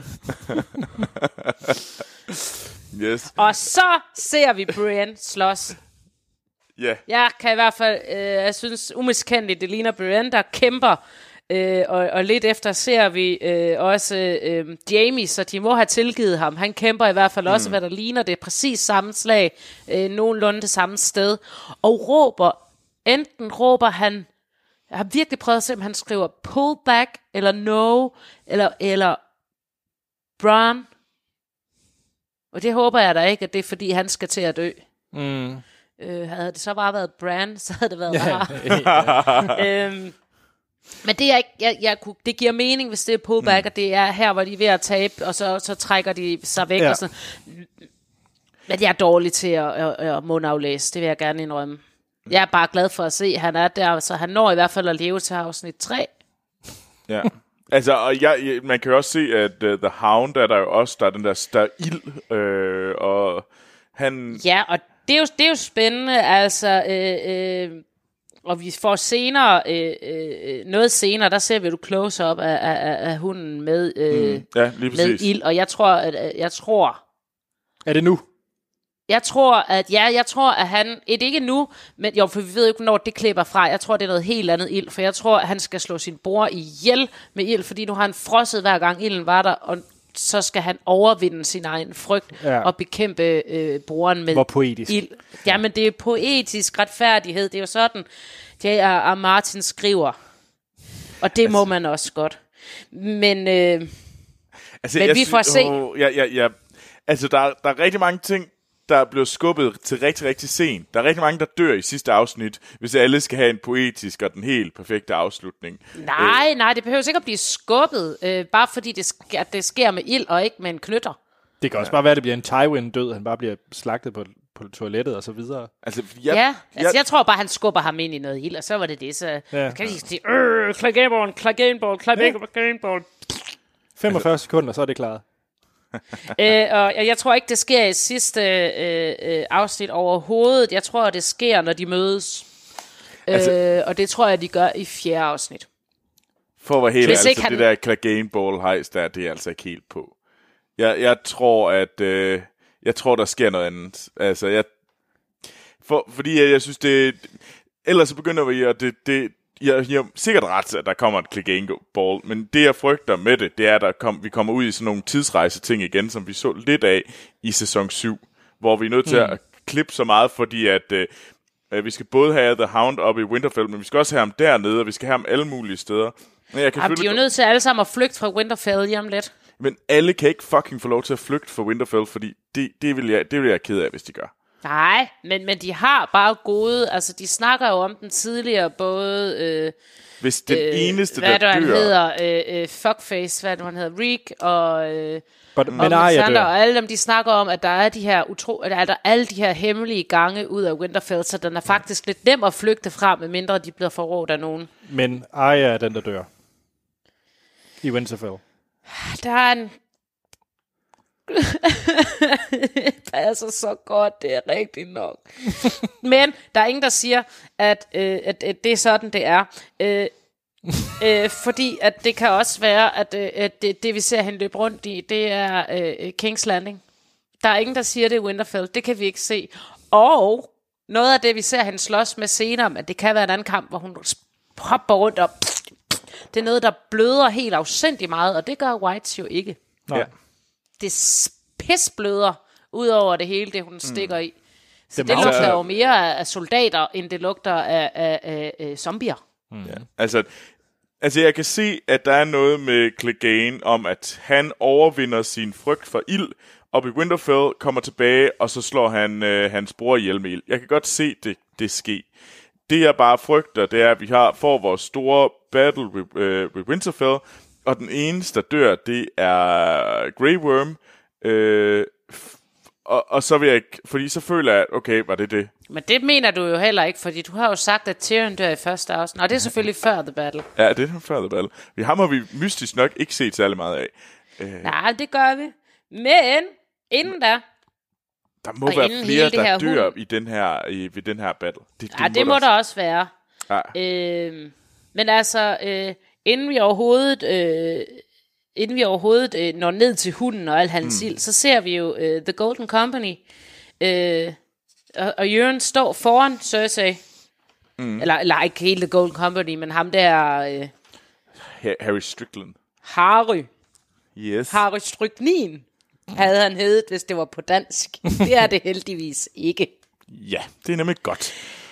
Yes. Og så ser vi Brienne slås. Ja. Yeah. Jeg kan i hvert fald, øh, jeg synes umiskendeligt, det ligner Brienne, der kæmper. Øh, og, og lidt efter ser vi øh, også øh, Jaime, så de må have tilgivet ham. Han kæmper i hvert fald også, mm. hvad der ligner det. Præcis samme slag, øh, nogenlunde det samme sted. Og råber, enten råber han, jeg har virkelig prøvet at se, om han skriver pull back, eller no, eller, eller Bran. Og det håber jeg da ikke, at det er fordi han skal til at dø. Mm. Øh, havde det så bare været Bran, så havde det været rart. øhm, men det, er ikke, jeg, jeg kunne, det giver mening, hvis det er pullback, mm. og det er her, hvor de er ved at tabe, og så, så trækker de sig væk. Ja. Og sådan. Men jeg er dårlig til at, at, at mundaflæse, det vil jeg gerne indrømme. Jeg er bare glad for at se, at han er der, så han når i hvert fald at leve til afsnit tre. Ja. Altså, og jeg, man kan jo også se, at uh, The Hound er der jo også, der er den der, der ild, øh, og han... Ja, og det er jo, det er jo spændende, altså, øh, øh, og vi får senere, øh, øh, noget senere, der ser vi jo close-up af, af, af hunden med, øh, mm, ja, lige med ild, og jeg tror, at, jeg tror... Er det nu? Jeg tror, at ja, jeg tror, at han, et ikke nu, men jo, for vi ved jo ikke, hvornår det klipper fra. Jeg tror, det er noget helt andet ild, for jeg tror, at han skal slå sin bror ihjel med ild, fordi nu har han frosset hver gang ilden var der, og så skal han overvinde sin egen frygt ja. og bekæmpe øh, broren med Hvor poetisk. ild. Jamen, det er poetisk retfærdighed. Det er jo sådan, J R R. Martin skriver. Og det altså, må man også godt. Men, øh, altså, men vi får sy- se. Oh, ja, ja, ja. Altså, der, der er rigtig mange ting, der bliver skubbet til rigtig, rigtig sent. Der er rigtig mange, der dør i sidste afsnit, hvis alle skal have en poetisk og den helt perfekte afslutning. Nej, øh. nej, det behøver ikke at blive skubbet, øh, bare fordi det sker, det sker med ild og ikke med en knytter. Det kan også ja. bare være, at det bliver en Tywin død, han bare bliver slagtet på, på toilettet og så videre. Altså, jeg, ja, altså jeg, jeg tror bare, han skubber ham ind i noget ild, og så var det det. Så ja. Kan de sige, øh, Clegane-Ball, Clegane-Ball, Clegane-Ball. femogfyrre altså. Sekunder, så er det klaret. øh, og jeg, jeg tror ikke, det sker i sidste øh, øh, afsnit overhovedet. Jeg tror, det sker, når de mødes. Altså, øh, og det tror jeg, de gør i fjerde afsnit. For at være helt ærlig, altså, han... det der Clegane-Ball-hejs der, det er altså ikke helt på. Jeg, jeg tror, at øh, jeg tror, der sker noget andet. Altså, jeg, for, fordi jeg, jeg synes, det... Ellers så begynder vi, at det... det jeg, jeg er sikkert ret, at der kommer et Clegane-Ball, men det, jeg frygter med det, det er, at der kom, vi kommer ud i sådan nogle tidsrejse-ting igen, som vi så lidt af i sæson syv, hvor vi er nødt til mm. at klippe så meget, fordi at... Øh, vi skal både have The Hound oppe i Winterfell, men vi skal også have ham dernede, og vi skal have ham alle mulige steder. Men jeg kan Jamen, de er jo nødt til alle sammen at flygte fra Winterfell lige om lidt. Men alle kan ikke fucking få lov til at flygte fra Winterfell, fordi det, det, vil, jeg, det vil jeg ked af, hvis de gør. Nej, men, men de har bare gode... Altså, de snakker jo om den tidligere, både... Øh, hvis den øh, eneste, der dør... Hvad han hedder? Øh, øh, fuckface, hvad han hedder? Reek og... Øh, But, men Arya og alle dem, de snakker om, at der er de her utro, at der er der alle de her hemmelige gange ud af Winterfell, så den er faktisk lidt nem at flygte fra, medmindre de bliver forrådt af nogen. Men Arya er den, der dør i Winterfell. Der er en... det passer så godt, det er rigtigt nok. Men der er ingen, der siger, at, øh, at, at det er sådan, det er. Øh, øh, fordi at det kan også være, at, øh, at det, det vi ser hende løbe rundt i, det er øh, King's Landing. Der er ingen, der siger det i Winterfell. Det kan vi ikke se. Og noget af det, vi ser hende slås med senere, at det kan være en anden kamp, hvor hun hopper rundt og det er noget, der bløder helt afsindigt meget, og det gør Whites jo ikke. Ja. Det pisbløder ud over det hele, det hun stikker mm. i. Så det, det lugter altså, jo mere af soldater, end det lugter af, af, af, af zombier. Mm. Ja. Altså, altså, jeg kan se, at der er noget med Clegane om, at han overvinder sin frygt for ild, op i Winterfell, kommer tilbage, og så slår han øh, hans bror ihjel med ild. Jeg kan godt se det, det ske. Det jeg bare frygter, det er, at vi har får vores store battle ved, øh, ved Winterfell, og den eneste, der dør, det er Grey Worm. Øh, f- og, og så vil jeg fordi så føler jeg, okay, var det det? Men det mener du jo heller ikke, fordi du har jo sagt, at Tyrion dør i første afsnit, og det er selvfølgelig før The Battle. Ja, det er før The Battle. Vi ham har vi mystisk nok ikke set særlig meget af. Øh. Nej, det gør vi. Men inden da, der må være flere, der dør hund. i den her i ved den her battle. Det, ja, det, det må, må der også være. Ja. Øh, men altså, øh, inden vi overhovedet, øh, inden vi overhovedet øh, når ned til hunden og al hans mm. ild, så ser vi jo øh, The Golden Company, øh, og, og Euron står foran Cersei. Mm. Eller, eller ikke hele The Golden Company, men ham der... Øh, Harry Strickland. Harry. Yes. Harry Stryknin havde han heddet, hvis det var på dansk. Det er det heldigvis ikke. Ja, det er nemlig godt.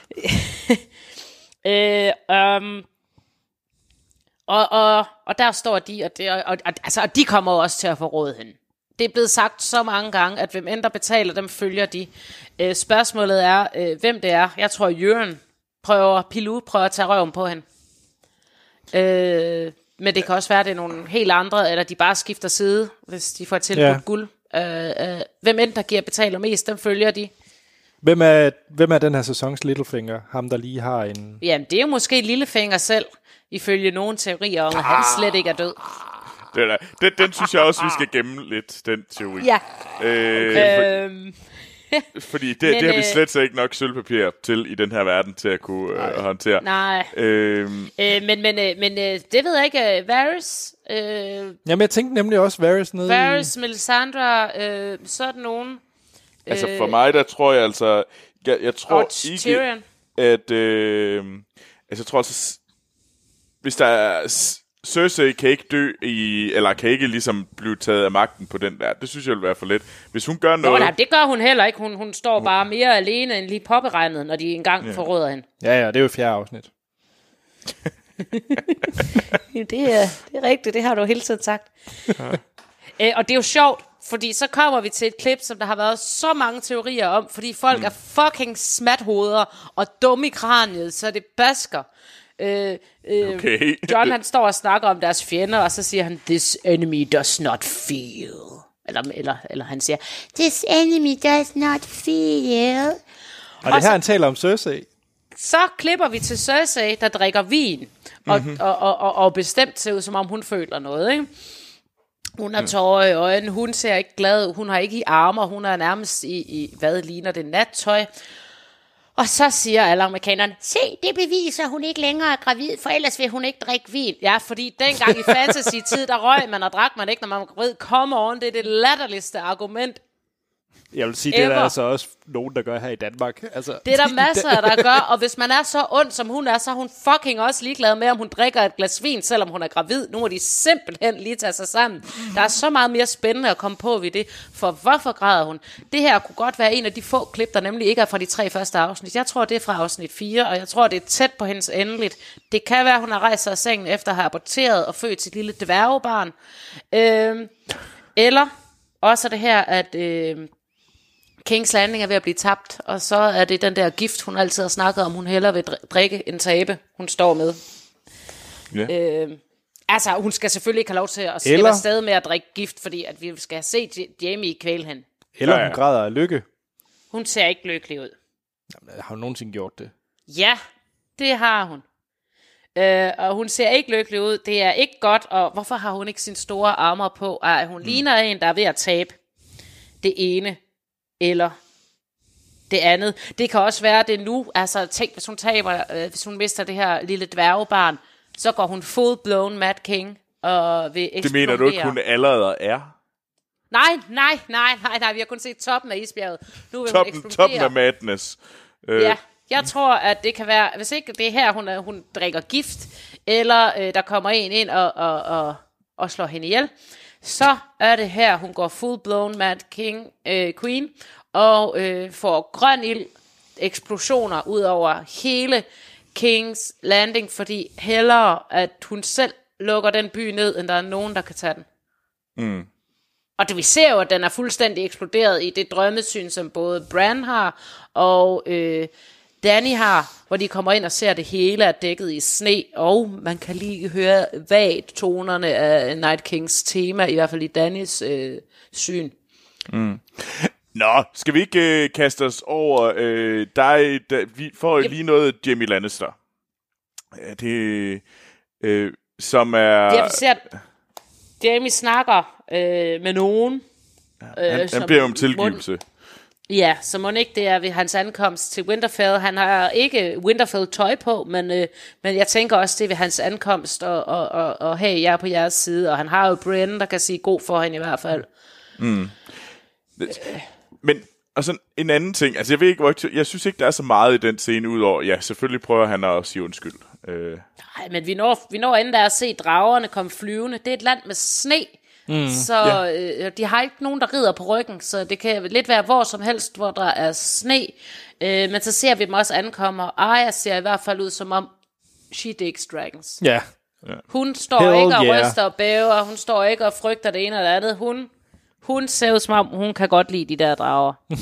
øh, um, og, og, og der står de, og, det, og, og, altså, og de kommer også til at få råd hen. Det er blevet sagt så mange gange, at hvem end der betaler, dem følger de. Øh, spørgsmålet er, øh, hvem det er. Jeg tror, Euron prøver, Pilou prøver at tage røven på hende. Øh, men det kan også være, at det er nogle helt andre, eller de bare skifter side, hvis de får tilbudt ja. guld. Øh, øh, hvem end der giver betaler mest, dem følger de. Hvem er, hvem er den her sæsons Littlefinger? Ham, der lige har en... Jamen, det er jo måske Littlefinger selv, ifølge nogle teorier om, at han slet ikke er død. Det er, den, den synes jeg også, vi skal gemme lidt, den teori. Ja. Øh, okay. øhm. Fordi det, men, det har vi slet så ikke nok sølvpapir til i den her verden til at kunne øh, håndtere. Nej. Øhm. Øh, men men, øh, men øh, det ved jeg ikke. Uh, Varys? Øh, Jamen, jeg tænkte nemlig også Varys nede Varys, i... Melisandre, øh, sådan nogen. Altså for mig, der tror jeg altså... Jeg, jeg tror og ikke, Tyrion. at... Øh, altså jeg tror altså... Hvis der er... Cersei kan ikke dø i, eller kan ikke ligesom blive taget af magten på den der. Det synes jeg vil være for let. Hvis hun gør noget... Nå, nej, det gør hun heller ikke. Hun, hun står bare mere alene end lige påberegnet, når de engang ja. forråder hende. Ja, ja, det er jo fjerde afsnit. det, er, det er rigtigt, det har du hele tiden sagt. Ja. Æ, og det er jo sjovt, fordi så kommer vi til et klip, som der har været så mange teorier om, fordi folk mm. er fucking smathoveder og dumme i kraniet, så det basker. Øh, øh, okay. John han står og snakker om deres fjender, og så siger han, this enemy does not feel. Eller, eller, eller han siger, this enemy does not feel. Og det her, han taler om Cersei. Så klipper vi til Cersei, der drikker vin, og, mm-hmm. og, og, og, og bestemt ser ud, som om hun føler noget, ikke? Hun har tårer i øjnene, hun ser ikke glad ud, hun har ikke i armer, hun er nærmest i, i hvad ligner det, nattøj. Og så siger alle amerikanerne, se, det beviser, at hun ikke længere er gravid, for ellers vil hun ikke drikke vin. Ja, fordi dengang i fantasy-tid, der røg man og drak man ikke, når man var gravid. Come on, det er det latterligste argument. Jeg vil sige, det er der altså også nogen, der gør her i Danmark. Altså, det er der masser, der gør, og hvis man er så ond, som hun er, så er hun fucking også ligeglad med, om hun drikker et glas vin, selvom hun er gravid. Nu må de simpelthen lige tage sig sammen. Der er så meget mere spændende at komme på ved det, for hvorfor græder hun? Det her kunne godt være en af de få klip, der nemlig ikke er fra de tre første afsnit. Jeg tror, det er fra afsnit fire, og jeg tror, det er tæt på hendes endeligt. Det kan være, hun har rejst sig af sengen efter at have aborteret og født sit lille dværgebarn. Øh, eller også det her, at... Øh, Kings Landing er ved at blive tabt, og så er det den der gift, hun altid har snakket om, hun hellere vil drikke end tabe, hun står med. Ja. Øh, altså, hun skal selvfølgelig ikke have lov til at slippe afsted med at drikke gift, fordi at vi skal se Jaime kvæle hende. Eller hun græder af lykke. Hun ser ikke lykkelig ud. Jamen, har hun nogensinde gjort det? Ja, det har hun. Øh, og hun ser ikke lykkelig ud, det er ikke godt, og hvorfor har hun ikke sin store armer på? Ej, hun mm. ligner en, der er ved at tabe det ene. Eller det andet. Det kan også være, det nu, altså tænk, hvis hun taber, øh, hvis hun mister det her lille dværgebarn, så går hun full-blown Mad King og vil eksplodere. Det mener du ikke, hun allerede er? Nej, nej, nej, nej, nej, vi har kun set toppen af isbjerget. Nu vil toppen, hun eksplodere. Toppen af madness. Øh. Ja, jeg tror, at det kan være, hvis ikke det er her, hun, er, hun drikker gift, eller øh, der kommer en ind og, og, og, og slår hende ihjel, så er det her, hun går full-blown Mad King, øh, Queen, og øh, får grøn ild, eksplosioner ud over hele Kings Landing, fordi hellere, at hun selv lukker den by ned, end der er nogen, der kan tage den. Mm. Og det vi ser jo, at den er fuldstændig eksploderet i det drømmesyn, som både Bran har, og øh, Dany har, hvor de kommer ind og ser, at det hele er dækket i sne, og man kan lige høre vagt tonerne af Night Kings tema, i hvert fald i Danys øh, syn. Mm. Nå, skal vi ikke øh, kaste os over øh, dig? Der, vi får yep. lige noget Jaime Lannister. Det, øh, som er... Det, vi ser, Jaime snakker øh, med nogen. Ja, han, øh, han beder om tilgivelse. Mund, ja, så må ikke det er ved hans ankomst til Winterfell. Han har ikke Winterfell-tøj på, men, øh, men jeg tænker også, det er ved hans ankomst, og, og, og, og hey, jeg er på jeres side, og han har jo Brienne, der kan sige god for hende i hvert fald. Mm. Men og sådan en anden ting, altså jeg ved ikke, hvor, jeg synes ikke, der er så meget i den scene, udover, ja, selvfølgelig prøver han at sige undskyld. Øh. Nej, men vi når, vi når endda at se dragerne komme flyvende. Det er et land med sne, mm. så ja. øh, de har ikke nogen, der rider på ryggen, så det kan lidt være hvor som helst, hvor der er sne. Øh, men så ser vi dem også ankomme, og Arya ser i hvert fald ud som om, she digs dragons. Ja. Yeah. Hun står Hell ikke og yeah. ryster og bæver, hun står ikke og frygter det ene eller det andet. Hun... Hun ser ud som om, hun kan godt lide de der drager. Mm.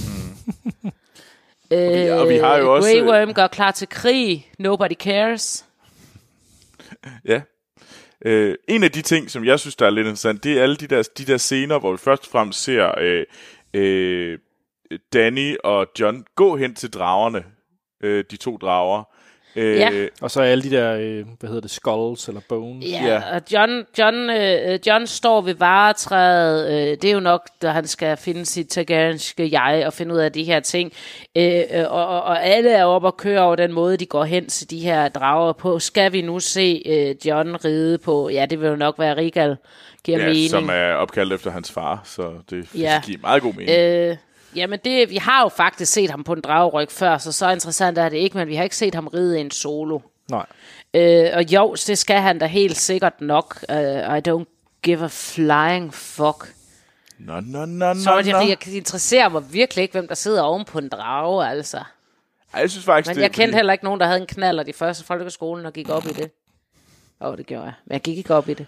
øh, og vi har jo også... Grey Worm går klar til krig. Nobody cares. Ja. Øh, en af de ting, som jeg synes, der er lidt interessant, det er alle de der, de der scener, hvor vi først og fremmest ser øh, øh, Dany og Jon gå hen til dragerne. Øh, de to drager. Øh, ja. Og så er alle de der, øh, hvad hedder det, skulls eller bones. Ja, yeah. Og Jon, Jon, øh, Jon står ved varetræet. Øh, det er jo nok, da han skal finde sit Targaryenske jeg og finde ud af de her ting. Øh, og, og, og alle er oppe og kører over den måde, de går hen til de her drager på. Skal vi nu se øh, Jon ride på? Ja, det vil jo nok være Rhaegal, giver ja, mening. Som er opkaldt efter hans far, så det ja. giver meget god mening. Øh, Jamen, det, vi har jo faktisk set ham på en drageryg før, så så interessant er det ikke, men vi har ikke set ham ride en solo. Nej. Øh, og jo, det skal han da helt sikkert nok. Uh, I don't give a flying fuck. Nå, nå, nå, så nå, jeg, jeg interesserer mig virkelig ikke, hvem der sidder oven på en drage, altså. Ej, jeg synes faktisk, men det jeg kendte heller ikke nogen, der havde en knaller de første folkeskolen og gik op i det. Åh, oh, det gjorde jeg. Men jeg gik ikke op i det.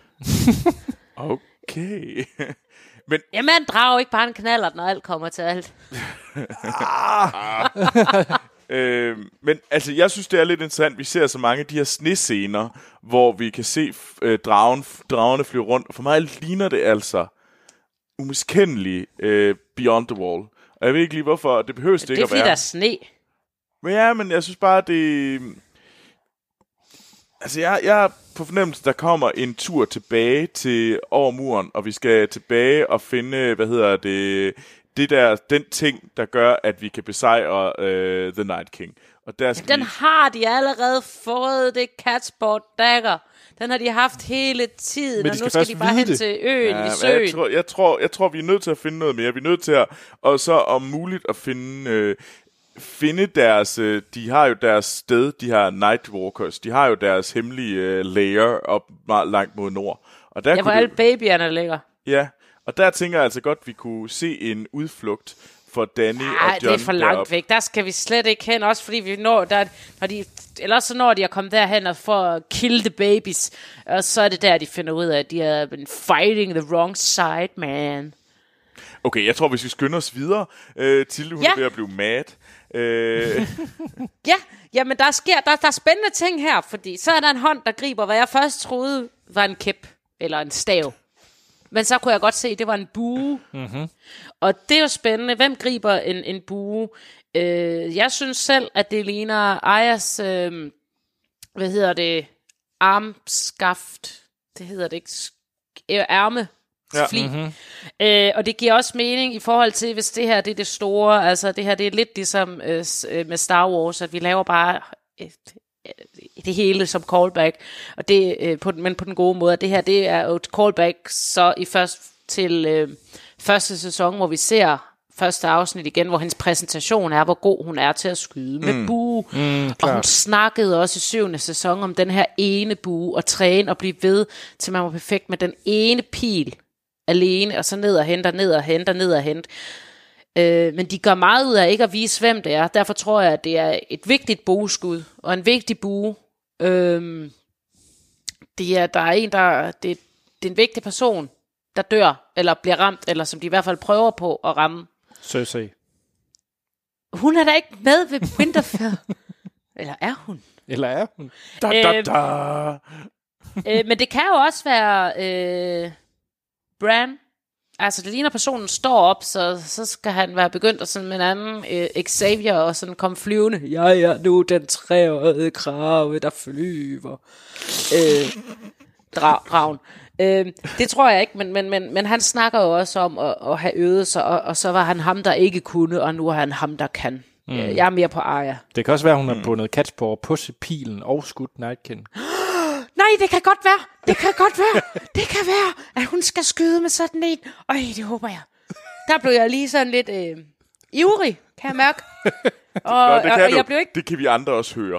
Okay. Men jamen, drag ikke bare en knaller, når alt kommer til alt. ah. øh, men altså, jeg synes, det er lidt interessant. Vi ser så mange af de her snescener, hvor vi kan se øh, dragen, dragerne flyve rundt. For mig ligner det altså umiskendelig øh, Beyond the Wall. Og jeg ved ikke lige hvorfor, det behøver det ikke at være. Det er fordi, der er sne. Men ja, men jeg synes bare, det... Altså, jeg, jeg er på fornemmelse, der kommer en tur tilbage til over muren, og vi skal tilbage og finde, hvad hedder det, det der, den ting, der gør, at vi kan besejre uh, The Night King. Og der skal Den vi... har de allerede fået, det Catsport Dagger. Den har de haft hele tiden, og nu skal de bare hen det. til øen ja, i søen. Jeg tror, jeg, tror, jeg tror, vi er nødt til at finde noget mere. Vi er nødt til at, og så om muligt at finde... Øh, finde deres, øh, de har jo deres sted, de her Nightwalkers, de har jo deres hemmelige øh, lair op meget langt mod nord. Og der ja, hvor alle babyerne ligger. Ja, og der tænker jeg altså godt, vi kunne se en udflugt for Danny Ej, og John. det er for langt derop. væk. Der skal vi slet ikke hen, også fordi vi når, der, når de, eller så når de at komme derhen og få at kill the babies, og så er det der, de finder ud af, at de har been fighting the wrong side, man. Okay, jeg tror, vi skal skynde os videre, øh, til hun ja. er ved at blive mad. Øh. ja, jamen der sker, der, der er spændende ting her, fordi så er der en hånd, der griber, hvad jeg først troede var en kæp, eller en stav. Men så kunne jeg godt se, at det var en bue. Mm-hmm. Og det er jo spændende. Hvem griber en, en bue? Øh, jeg synes selv, at det ligner Ayas, øh, hvad hedder det, armskaft. Det hedder det ikke. Ærme. Ja. Mm-hmm. øh, og det giver også mening i forhold til, hvis det her det er det store, altså det her det er lidt ligesom øh, med Star Wars, at vi laver bare et, det hele som callback, og det, øh, på, men på den gode måde. Det her det er jo et callback så i først til øh, første sæson, hvor vi ser første afsnit igen, hvor hendes præsentation er, hvor god hun er til at skyde mm. med bue. Mm, og hun snakkede også i syvende sæson om den her ene bue, og træne og blive ved, til man var perfekt med den ene pil alene, og så ned og hente, ned og hente, ned og hente. Øh, men de gør meget ud af ikke at vise, hvem det er. Derfor tror jeg, at det er et vigtigt bueskud, og en vigtig bue. Øh, det er, der er en, der... Det, det er en vigtig person, der dør, eller bliver ramt, eller som de i hvert fald prøver på at ramme. Cersei. Hun er da ikke med ved Winterfell. Eller er hun? Eller er hun? Da, da, da. Øh, øh, men det kan jo også være øh, Bran. Altså det ligner, personen står op, så, så skal han være begyndt at sådan med en anden øh, Xavier og sådan komme flyvende. Ja, ja, nu den treårige krave, der flyver. Øh, dra- ravn. Øh, det tror jeg ikke, men, men, men, men han snakker jo også om at, at have øvet sig, og, og så var han ham, der ikke kunne, og nu er han ham, der kan. Mm. Jeg er mere på Arya. Det kan også være, at hun har bundet Catspore på pilen og skudt Night King. Nej, det kan godt være. Det kan godt være. Det kan være, at hun skal skyde med sådan en. Øj, det håber jeg. Der blev jeg lige sådan lidt øh, ivrig, kan jeg mærke. Og, Nå, det, kan og, og du. jeg blev ikke... Det kan vi andre også høre.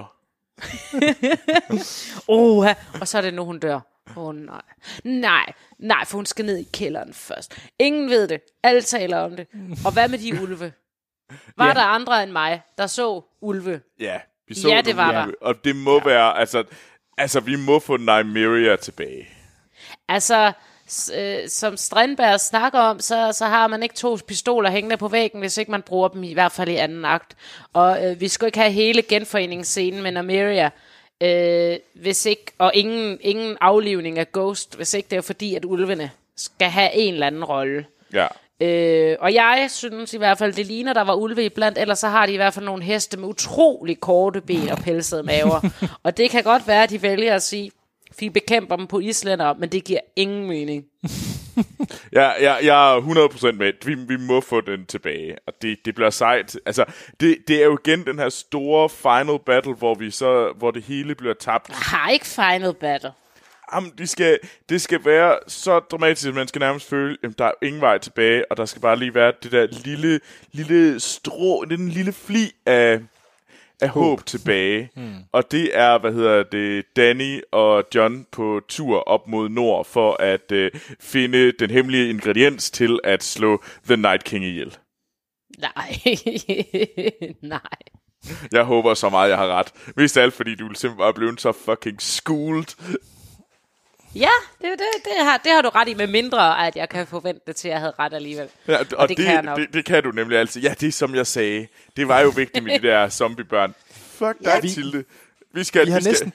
Oha, og så er det nu, hun dør. Åh oh, nej. Nej, nej, for hun skal ned i kælderen først. Ingen ved det. Alle taler om det. Og hvad med de ulve? Var ja. der andre end mig, der så ulve? Ja, vi så ja, det var ulve. der. Og det må ja. være, altså, altså, vi må få Nymeria tilbage. Altså, s- øh, som Strindberg snakker om, så, så har man ikke to pistoler hængende på væggen, hvis ikke man bruger dem, i hvert fald i anden akt. Og øh, vi skal ikke have hele genforeningsscenen med Nymeria, øh, hvis ikke, og ingen, ingen aflivning af Ghost, hvis ikke det er fordi, at ulvene skal have en eller anden rolle. Ja. Øh, og jeg synes i hvert fald, det ligner, der var ulve iblandt, ellers så har de i hvert fald nogle heste med utrolig korte ben og pelsede maver. Og det kan godt være, at de vælger at sige, vi bekæmper dem på islænder, men det giver ingen mening. Ja, ja, jeg er hundrede procent med. Vi, vi må få den tilbage, og det, det bliver sejt. Altså, det, det er jo igen den her store final battle, hvor vi så, hvor det hele bliver tabt. Jeg har ikke final battle. Jamen, de skal, det skal være så dramatisk, at man skal nærmest føle, at der er ingen vej tilbage, og der skal bare lige være det der lille, lille strå, den lille fli af, af håb, håb tilbage. Hmm. Og det er, hvad hedder det, Danny og John på tur op mod nord, for at øh, finde den hemmelige ingrediens til at slå The Night King ihjel. Nej. Nej. Jeg håber så meget, jeg har ret. Mest af alt, fordi du simpelthen bare blevet så fucking schooled. Ja, det, det, det, har, det har du ret i, med mindre, at jeg kan forvente det til, at jeg havde ret alligevel. Ja, og, og det, det, kan det, det kan du nemlig altid. Ja, det er som jeg sagde. Det var jo vigtigt med de der zombiebørn. Fuck dig, ja, vi, Tilde. Vi skal, vi har vi skal, næsten,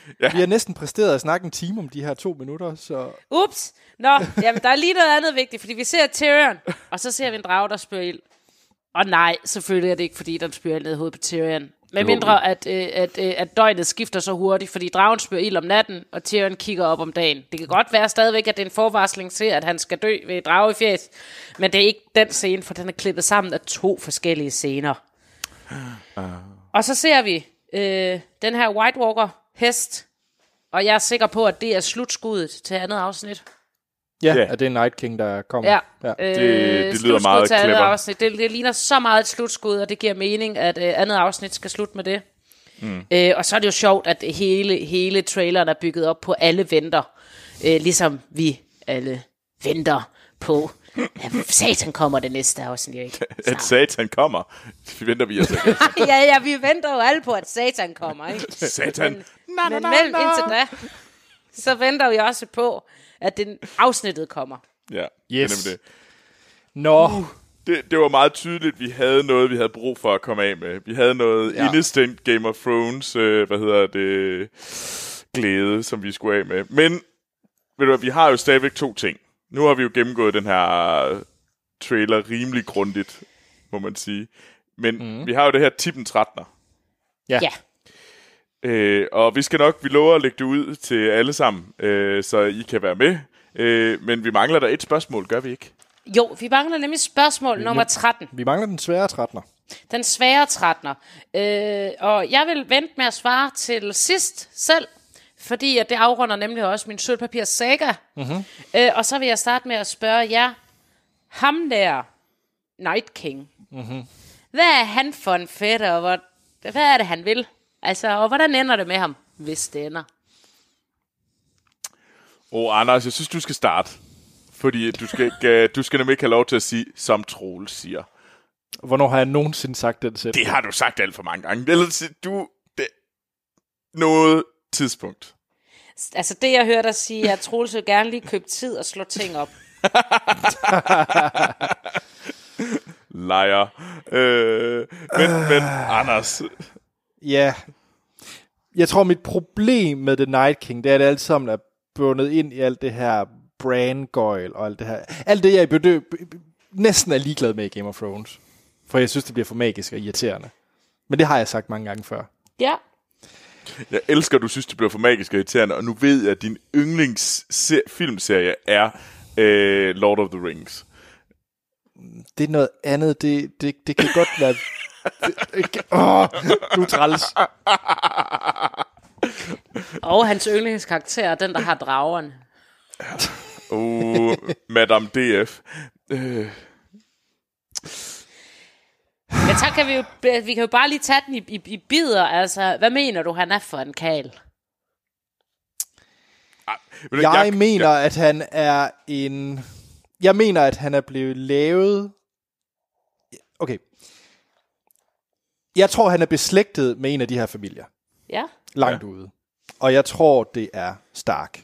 Ja. Vi har næsten præsteret at snakke en time om de her to minutter, så... Ups! Nå, jamen der er lige noget andet vigtigt, fordi vi ser Tyrion, og så ser vi en drage, der spyrer ild. Og nej, selvfølgelig er det ikke, fordi den spyrer ild ned i hovedet på Tyrion. Med mindre, at, øh, at, øh, at døgnet skifter så hurtigt, fordi dragen spyrer ild om natten, og Tyrion kigger op om dagen. Det kan godt være stadigvæk, at det er en forvarsling til, at han skal dø ved et drage i fjæs, men det er ikke den scene, for den er klippet sammen af to forskellige scener. Uh. Og så ser vi øh, den her White Walker-hest, og jeg er sikker på, at det er slutskuddet til andet afsnit. Ja, yeah. At det er Night King, der kommer. Ja, ja. Øh, det, det lyder meget clever. Det, det ligner så meget et slutskud, og det giver mening, at øh, andet afsnit skal slutte med det. Mm. Øh, og så er det jo sjovt, at hele, hele traileren er bygget op på alle venter. Øh, ligesom vi alle venter på, at Satan kommer det næste afsnit. Ikke? At Satan kommer? Vi venter vi altså ikke. ja, ja, vi venter jo alle på, at Satan kommer. Ikke? Satan! Men, na, na, men mellem indtil da, så venter vi også på, at den afsnittet kommer. Ja, yes. Det er det. Nå. Uh, det, det var meget tydeligt, vi havde noget, vi havde brug for at komme af med. Vi havde noget ja. Innocent Game of Thrones, øh, hvad hedder det, glæde, som vi skulle af med. Men, ved du hvad, vi har jo stadigvæk to ting. Nu har vi jo gennemgået den her trailer rimelig grundigt, må man sige. Men mm. vi har jo det her Tippen trettener. Ja. ja. Øh, og vi skal nok, vi lover at lægge det ud til alle sammen, øh, så I kan være med. Øh, men vi mangler der et spørgsmål, gør vi ikke? Jo, vi mangler nemlig spørgsmål vi, nummer tretten. Vi mangler den svære trettener. Den svære trettener. Øh, og jeg vil vente med at svare til sidst selv, fordi at det afrunder nemlig også min sølvpapirs saga. Mm-hmm. Øh, og så vil jeg starte med at spørge jer, ham der, Night King, mm-hmm. hvad er han for en fætter, og hvor, hvad er det, han vil? Altså, og hvordan ender det med ham, hvis det ender? Åh, oh, Anders, jeg synes, du skal starte. Fordi du skal, du skal nemlig ikke have lov til at sige, som Troels siger. Hvornår har jeg nogensinde sagt den sætning? Det har du sagt alt for mange gange. Eller du... Det, noget tidspunkt. Altså, det jeg hørte dig sige, er, at Troels vil gerne lige købe tid og slå ting op. Lejer. Øh, men, men, Anders... Ja, jeg tror mit problem med The Night King, det er, at det alt sammen er bundet ind i alt det her Bran-gøjl og alt det her. Alt det, jeg bedø- næsten er ligeglad med i Game of Thrones. For jeg synes, det bliver for magisk og irriterende. Men det har jeg sagt mange gange før. Ja. Jeg elsker, at du synes, det bliver for magisk og irriterende, og nu ved jeg, at din yndlingsfilmserie er øh, Lord of the Rings. Det er noget andet. Det, det, det kan godt være... Åh, du er træls. Og hans yndlingskarakter er den, der har dragerne. Uh, Madame D F. Uh. Men så kan vi jo, vi kan jo bare lige tage den i, i, i bidder. Altså, hvad mener du, han er for en kal? Jeg, jeg mener, jeg... at han er en... Jeg mener, at han er blevet lavet... Okay. Jeg tror, han er beslægtet med en af de her familier. Ja. Langt ja. ude. Og jeg tror, det er Stark.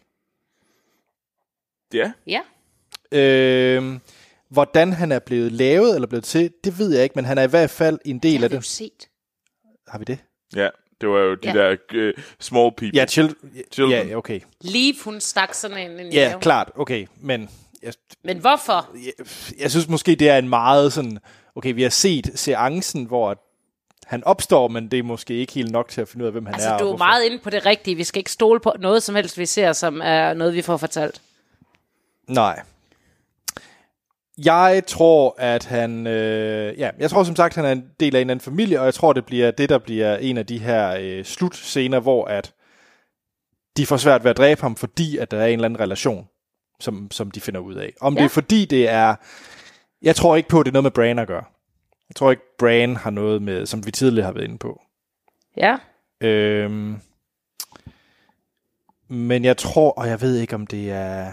Ja. Ja. Øh, hvordan han er blevet lavet eller blevet til, det ved jeg ikke, men han er i hvert fald en del af det. Det har vi jo set. Har vi det? Ja, det var jo de ja. der uh, small people. Ja, chil- children. Ja, okay. Liv, hun stak sådan en, en Ja, lave. klart, okay, men... Jeg, men hvorfor? Jeg, jeg synes måske, det er en meget sådan... Okay, vi har set seancen, hvor han opstår, men det er måske ikke helt nok til at finde ud af, hvem han altså, er. Altså, du er meget inde på det rigtige. Vi skal ikke stole på noget som helst, vi ser, som er noget, vi får fortalt. Nej. Jeg tror, at han... Øh, ja, jeg tror som sagt, han er en del af en anden familie, og jeg tror, det bliver det, der bliver en af de her øh, slutscener, hvor at de får svært ved at dræbe ham, fordi at der er en eller anden relation, som, som de finder ud af. Om ja. Det er fordi, det er... Jeg tror ikke på, at det er noget med Bran at gøre. Jeg tror ikke, Bran har noget med, som vi tidligere har været inde på. Ja. Øhm, men jeg tror, og jeg ved ikke, om det er...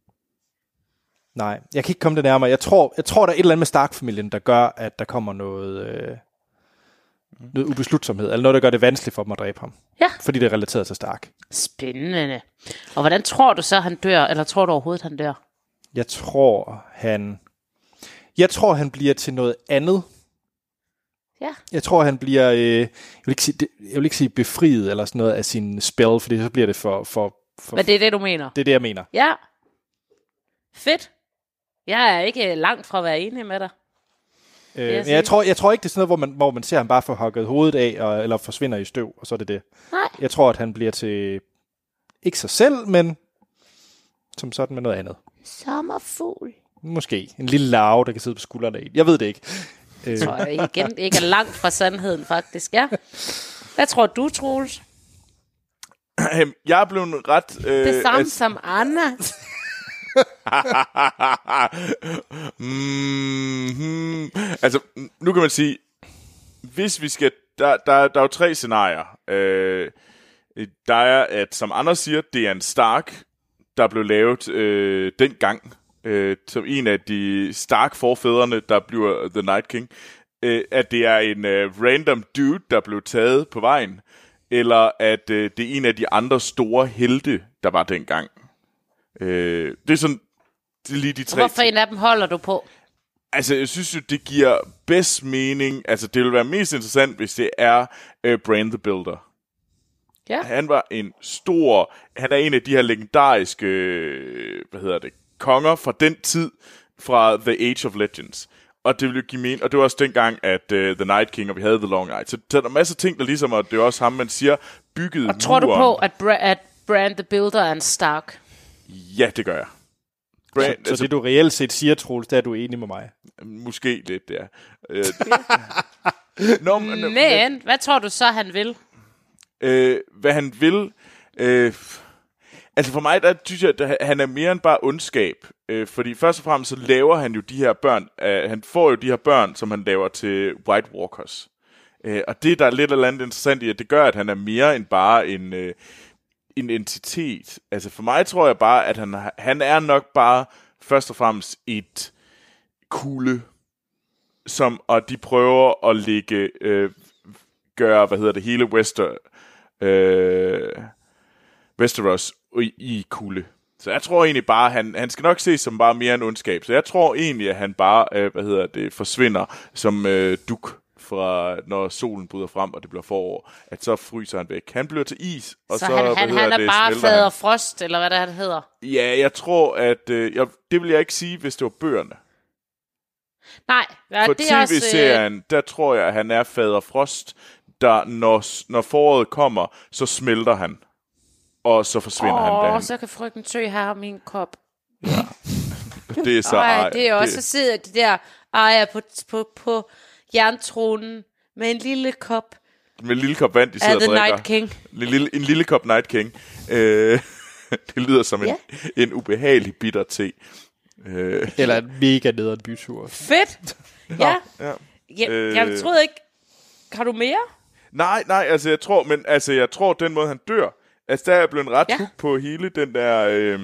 Nej, jeg kan ikke komme det nærmere. Jeg tror, jeg tror der er et eller andet med Stark-familien, der gør, at der kommer noget, øh, noget ubeslutsomhed, eller noget, der gør det vanskeligt for dem at dræbe ham. Ja. Fordi det er relateret til Stark. Spændende. Og hvordan tror du så, han dør, eller tror du overhovedet, han dør? Jeg tror, han... Jeg tror, han bliver til noget andet. Ja. Jeg tror, han bliver, øh, jeg, vil ikke sige, jeg vil ikke sige befriet eller sådan noget af sin spell, fordi så bliver det for, for, for... Men det er det, du mener? Det er det, jeg mener. Ja. Fedt. Jeg er ikke langt fra at være enig med dig. Øh, jeg, jeg, tror, jeg tror ikke, det er sådan noget, hvor man, hvor man ser ham bare få hugget hovedet af, og, eller forsvinder i støv, og så er det det. Nej. Jeg tror, at han bliver til, ikke sig selv, men som sådan med noget andet. Sommerfugl. Måske. En lille larve, der kan sidde på skuldrene af. Jeg ved det ikke. Jeg tror jeg igen ikke er langt fra sandheden, faktisk. Ja. Hvad tror du, Troels? Jeg er blevet ret... Øh, Det samme altså, som Anna. mm-hmm. Altså, nu kan man sige, hvis vi skal... Der, der, der er jo tre scenarier. Øh, der er, at som andre siger, det er en Stark, der blev lavet øh, dengang, øh, som en af de Stark-forfædrene, der bliver The Night King. Øh, at det er en øh, random dude, der blev taget på vejen, eller at øh, det er en af de andre store helte, der var dengang. Øh, det er sådan, det er lige de tre. Hvorfor en af dem holder du på? Altså, jeg synes jo, det giver bedst mening. Altså, det vil være mest interessant, hvis det er uh, Bran the Builder. Ja. Han var en stor... Han er en af de her legendariske... Hvad hedder det? Konger fra den tid, fra The Age of Legends. Og det ville jo give mening. Og det var også dengang, at uh, The Night King, og vi havde The Long Night. Så, så der er masser af ting, der ligesom... Og det er også ham, man siger, byggede Og tror muren. du på, at, Bra- at Bran the Builder er en Stark? Ja, det gør jeg. Brand, Så, altså, så det du reelt set siger, Troels, det er du enig med mig. Måske lidt, ja. Øh, Nå, men, Men, hvad tror du så, han vil? Øh, hvad han vil... Øh, altså for mig, der synes jeg, at han er mere end bare ondskab. Øh, fordi først og fremmest, så laver han jo de her børn... Øh, han får jo de her børn, som han laver til White Walkers. Øh, og det, der er lidt eller andet interessant i, at det gør, at han er mere end bare en... Øh, en entitet. Altså for mig tror jeg bare, at han, han er nok bare først og fremmest et kulde, som, og de prøver at lægge, øh, gøre, hvad hedder det, hele Wester, øh, Westeros i, i kulde. Så jeg tror egentlig bare, han, han skal nok ses som bare mere en ondskab. Så jeg tror egentlig, at han bare, øh, hvad hedder det, forsvinder som øh, duk, fra når solen bryder frem, og det bliver forår, at så fryser han væk. Han bliver til is, og så, så, han, han, han er det, bare fader Frost, eller hvad det han hedder? Ja, jeg tror, at... Øh, jeg, det vil jeg ikke sige, hvis det var bøgerne. Nej, ja, For det er også... tv-serien, der tror jeg, at han er fader Frost, der når, når foråret kommer, så smelter han, og så forsvinder Åh, han. Åh, Han, så kan frygten Tø have min kop. det er så... Ej, ej, det er også, det, så sidder de der ejer på, på, på jerntronen med en lille kop med en lille kop vand, de sidder af og The drikker. Night King. En lille, en lille kop Night King. Øh, det lyder som en, Ja. en ubehagelig bitter te. Øh, Eller en mega nederen bytur. Fedt! Ja, ja. jeg, Øh. jeg troede ikke... Har du mere? Nej, nej, altså jeg tror, men altså jeg tror den måde han dør, altså der er jeg blevet ret Ja. hooked på hele den der, øh,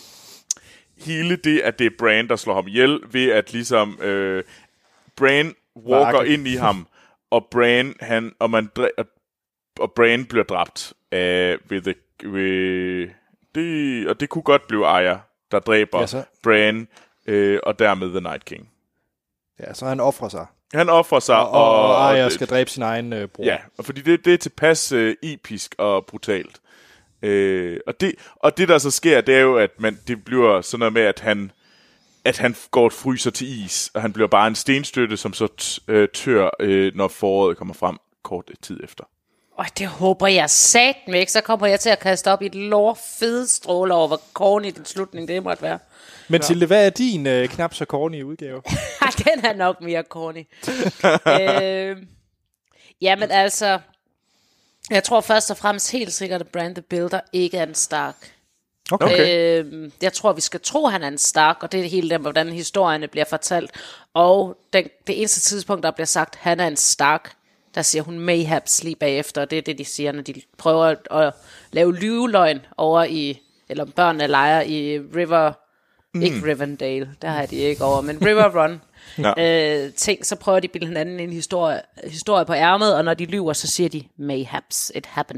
hele det, at det er Bran, der slår ham ihjel, ved at ligesom, øh, Bran walker Varke. ind i ham, og Bran, han, og man, dræ- og Bran bliver dræbt af, ved the, ved, det, og det kunne godt blive Arya, der dræber Ja, så. Bran, øh, og dermed The Night King. Ja, så han offrer sig. Han offrer sig, Og, og, og Arya det- skal dræbe sin egen øh, bror. Ja, og fordi det, det er tilpas øh, episk og brutalt. Øh, og, det, og det, der så sker, det er jo, at man, det bliver sådan noget med, at han, at han går og fryser til is, og han bliver bare en stenstøtte, som så t- øh, tør, øh, når foråret kommer frem kort tid efter. Åh, det håber jeg satme ikke. Så kommer jeg til at kaste op i et lår fede stråle over, hvor corny den slutning det måtte være. Men Tilde, hvad er din øh, knap så corny udgave? Ej, den er nok mere corny. øh, jamen altså, jeg tror først og fremmest helt sikkert, at Bran the Builder ikke er en Stark. Okay. Okay. Øh, jeg tror, vi skal tro, at han er en Stark, og det er hele den, hvordan historierne bliver fortalt. Og den, det eneste tidspunkt, der bliver sagt, han er en Stark, der siger hun mayhaps lige bagefter, og det er det, de siger, når de prøver at, at lave lyveløgn over i, eller børnene leger i River, mm. ikke Rivendale, der har de ikke over, men River Run. Ja. øh, ting, så prøver de at bilde hinanden en historie, historie på ærmet, og når de lyver, så siger de, mayhaps, it happened.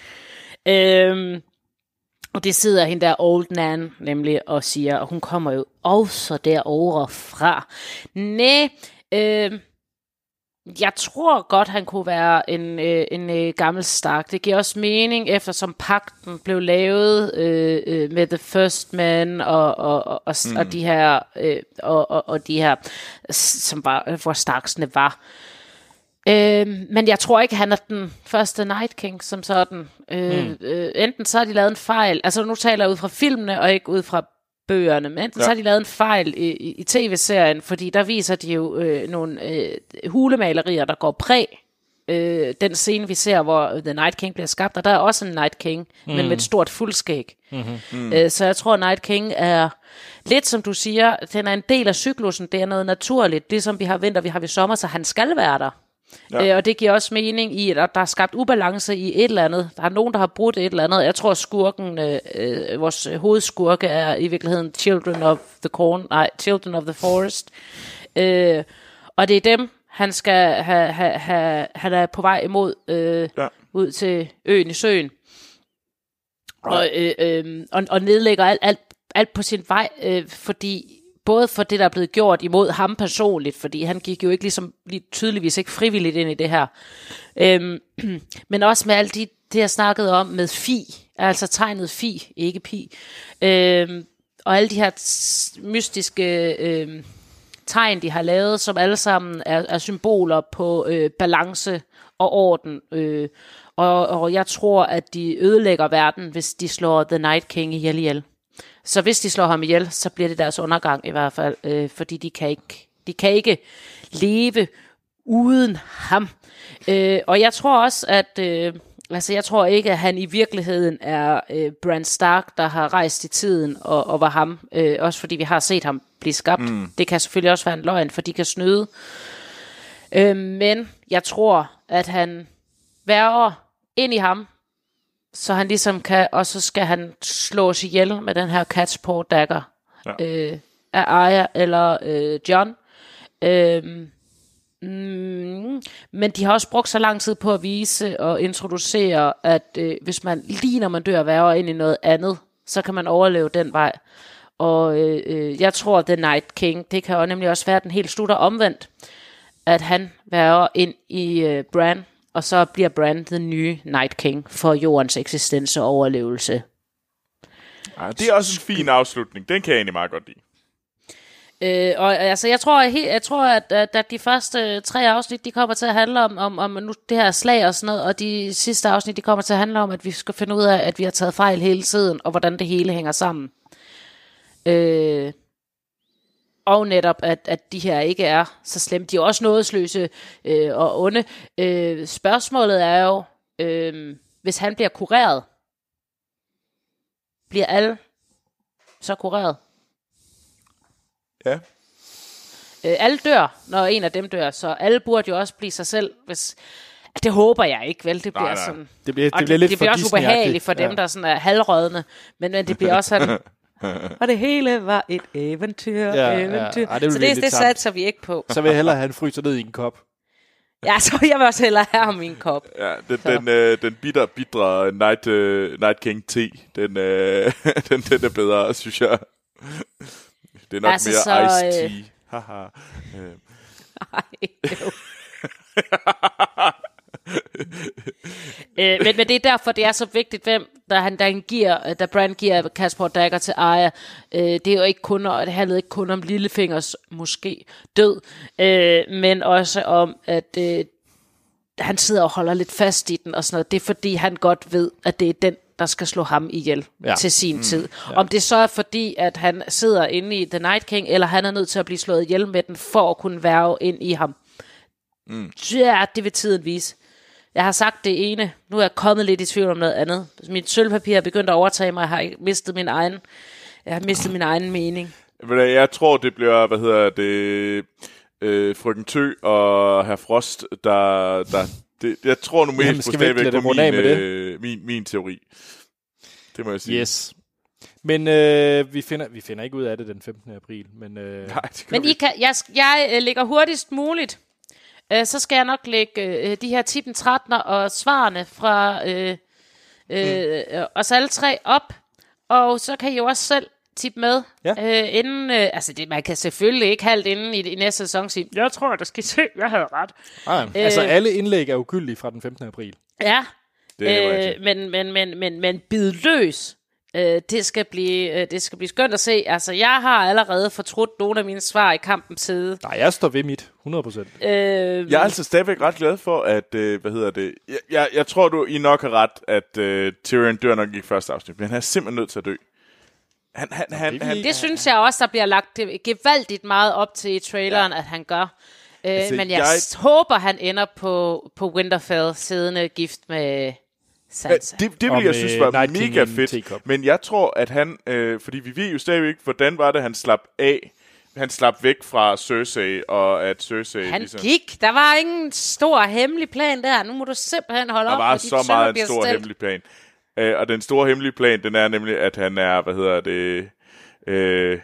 Øhm, og det sidder hende der Old Nan nemlig og siger, og hun kommer jo også derovre fra. Næh, øhm, Jeg tror godt, han kunne være en, øh, en øh, gammel Stark. Det giver også mening, eftersom pagten blev lavet øh, øh, med The First Man og, og, og, og, mm. og de her, øh, og, og, og de her, som var, hvor Starksne var. Øh, men jeg tror ikke, han er den første Night King som sådan. Øh, mm. øh, enten så har de lavet en fejl, altså nu taler jeg ud fra filmene og ikke ud fra bøgerne, men enten ja. så har de lavet en fejl i, i, i tv-serien, fordi der viser de jo øh, nogle øh, hulemalerier, der går præg øh, den scene, vi ser, hvor The Night King bliver skabt, og der er også en Night King, mm. men med et stort fuldskæg. Mm-hmm. Mm. Øh, så jeg tror, Night King er lidt, som du siger, den er en del af cyklusen, det er noget naturligt, ligesom vi har vinter, vi har vi sommer, så han skal være der. Ja. Øh, og det giver også mening i, at der er skabt ubalance i et eller andet. Der er nogen, der har brudt et eller andet. Jeg tror, skurken, øh, øh, vores hovedskurke er i virkeligheden Children of the Corn, nej, Children of the Forest. Øh, og det er dem, han skal have, have, have, han er på vej imod, øh, ja. ud til øen i søen. Og, øh, øh, og, og nedlægger alt, alt, alt på sin vej, øh, fordi både for det, der er blevet gjort imod ham personligt, fordi han gik jo ikke ligesom, lige tydeligvis ikke frivilligt ind i det her. Øhm, men også med alt de, det, jeg snakkede om med Fi, altså tegnet Fi, ikke Pi. Øhm, og alle de her mystiske øhm, tegn, de har lavet, som alle sammen er, er symboler på øh, balance og orden. Øh, og, og jeg tror, at de ødelægger verden, hvis de slår The Night King ihjel ihjel. Så hvis de slår ham ihjel, så bliver det deres undergang i hvert fald, øh, fordi de kan ikke, de kan ikke leve uden ham. Øh, og jeg tror også, at øh, altså jeg tror ikke, at han i virkeligheden er øh, Bran Stark, der har rejst i tiden og, og var ham. Øh, også fordi vi har set ham blive skabt. Mm. Det kan selvfølgelig også være en løgn, for de kan snyde. Øh, men jeg tror, at han værger ind i ham, så han ligesom kan, og så skal han slås ihjel med den her cat's paw dagger ja. øh, af Arya eller øh, Jon. Øh, mm, men de har også brugt så lang tid på at vise og introducere, at øh, hvis man lige når man dør værger ind i noget andet, så kan man overleve den vej. Og øh, øh, jeg tror, The Night King, det kan jo nemlig også være den helt slutter omvendt, at han værger ind i øh, Bran, og så bliver Bran den nye Night King for jordens eksistens og overlevelse. Ja, det er også en fin afslutning. Den kan jeg egentlig meget godt lide. Øh, og altså, jeg tror, jeg, jeg tror at, at, at de første tre afsnit, de kommer til at handle om, om, om nu det her slag og sådan noget, og de sidste afsnit, de kommer til at handle om, at vi skal finde ud af, at vi har taget fejl hele tiden, og hvordan det hele hænger sammen. Øh... Og netop, at, at de her ikke er så slemme. De er også nådesløse øh, og onde. Øh, spørgsmålet er jo, øh, hvis han bliver kureret, bliver alle så kureret? Ja. Øh, alle dør, når en af dem dør, så alle burde jo også blive sig selv. Hvis, det håber jeg ikke, vel? Det bliver nej, nej. sådan... Det bliver, det det, bliver lidt det bliver også ubehageligt for dem, ja. der sådan er halvrødne. Men, men det bliver også sådan... Og det hele var et eventyr, ja, eventyr. Ja, ja, det så det, det satser vi ikke på. Så vil jeg hellere have en fryser ned i en kop. Ja, så jeg vil også hellere have min kop. Ja, den, den, øh, den bitter, bitre Night, øh, Night King te, den, øh, den, den er bedre, synes jeg. Det er nok altså, mere så, iced tea. Øh... Haha. Ej, jo. øh, men, men det er derfor, det er så vigtigt, hvem der han der giver, da Bran giver cat's paw dagger til Arya. Øh, det er jo ikke kun, og det handler ikke kun om Lillefingers måske død, øh, men også om, at øh, han sidder og holder lidt fast i den og sådan noget. Det er fordi, han godt ved, at det er den, der skal slå ham ihjel ja. til sin mm, tid. Ja. Om det så er fordi, at han sidder inde i The Night King, eller han er nødt til at blive slået ihjel med den, for at kunne værge ind i ham. Mm. Ja, det vil tiden vise. Jeg har sagt det ene. Nu er jeg kommet lidt i tvivl om noget andet. Mit sølvpapir er begyndt at overtage mig. Jeg har mistet min egen, jeg har mistet min egen mening. Jeg tror, det bliver, hvad hedder det, øh, Frøken Tø og Herr Frost, der, der det, jeg tror nu mest på stadigvæk på min, øh, min, min teori. Det må jeg sige. Yes. Men øh, vi, finder, vi finder ikke ud af det den femtende april. Men, øh, Nej, men I kan, jeg, jeg øh, lægger hurtigst muligt. Øh, så skal jeg nok lægge øh, de her tippen, trettener og svarene fra øh, øh, mm. os alle tre op. Og så kan I jo også selv tip med, Ja. øh, inden, øh, altså det, man kan selvfølgelig ikke halvt inden i, i næste sæson sige, jeg tror, der skal se, jeg havde ret. Nej, øh, altså alle indlæg er ugyldige fra den femtende april. Ja, Det er øh, men, men, men, men, men bid løs. Øh, det, skal blive, øh, det skal blive skønt at se. Altså, jeg har allerede fortrudt nogle af mine svar i kampens side. Nej, jeg står ved mit, hundrede procent. Øh, Jeg er altså stadigvæk ret glad for, at, øh, hvad hedder det, jeg, jeg, jeg tror, du I nok har ret, at øh, Tyrion dør nok ikke første afsnit, men han er simpelthen nødt til at dø. Han, han, han, han, det synes jeg også, der bliver lagt gevaldigt meget op til i traileren, ja. At han gør. Øh, Altså, men jeg, jeg- håber, han ender på, på Winterfell, siddende gift med Sansa. det, det Og ville jeg med synes var Night King mega i en fedt, tekop. men jeg tror, at han, øh, fordi vi ved jo stadigvæk ikke, hvordan var det, han slap af, han slap væk fra Cersei, og at Cersei Han ligesom... gik. Der var ingen stor hemmelig plan der. Nu må du simpelthen holde Der op var med dit så sønner meget en bliver stor stelt. hemmelig plan. Øh, og den store hemmelige plan, den er nemlig, at han er, hvad hedder det, øh,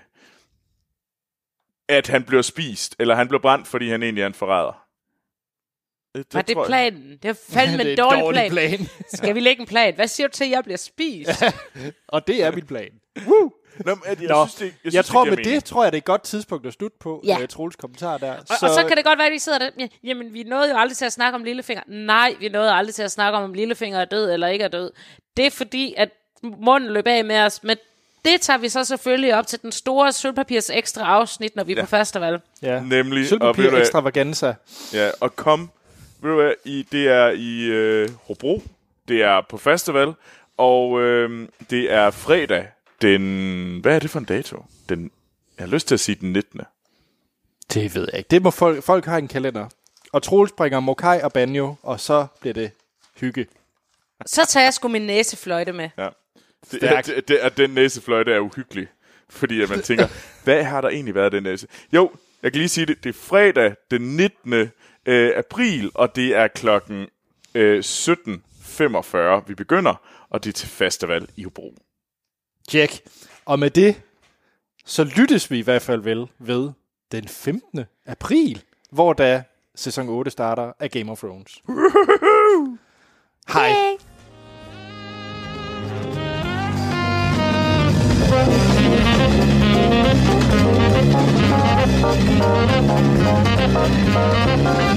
at han bliver spist, eller han bliver brændt, fordi han egentlig er en forræder. Det, Var det tror jeg. planen? Det var fandme Det er en en dårlig, dårlig plan. plan. Skal vi lægge en plan? Hvad siger du til, at jeg bliver spist? Og det er min plan. Nå, men jeg, Nå, synes, det, jeg, jeg, synes, jeg tror det med giver det, mening. tror jeg, det er et godt tidspunkt at slutte på, Ja. ja. Troels kommentar der. Og, og så kan det godt være, at vi sidder der. Ja, jamen, vi nåede jo aldrig til at snakke om Lillefinger. Nej, vi nåede aldrig til at snakke om, om Lillefinger er død eller ikke er død. Det er fordi, at munden løb af med os. Men det tager vi så selvfølgelig op til den store sølvpapirs ekstra afsnit, når vi er Ja. på festival. Ja. Nemlig, og ved Sølvpapir du hvad- ekstravaganza. Ja, og kom, ved du hvad, i, det er i øh, Hobro, det er på festival, og øh, det er fredag, den, hvad er det for en dato? Den, jeg har lyst til at sige den nittende. Det ved jeg ikke. Det må folk, folk har en kalender. Og Troels bringer Mokai og Banjo, og så bliver det hygge. Så tager jeg sgu min næsefløjte med. Ja. Det, Stærkt. det, det, at den næsefløjte er uhyggelig, fordi at man tænker, hvad har der egentlig været den næse? Jo, jeg kan lige sige det, det er fredag den nittende Øh, april, og det er klokken øh, sytten femogfyrre, vi begynder, og det er til festival i Hobro. Check. Og med det, så lyttes vi i hvert fald vel ved den femtende april, hvor da sæson otte starter af Game of Thrones. Hej. Hey. Thank you.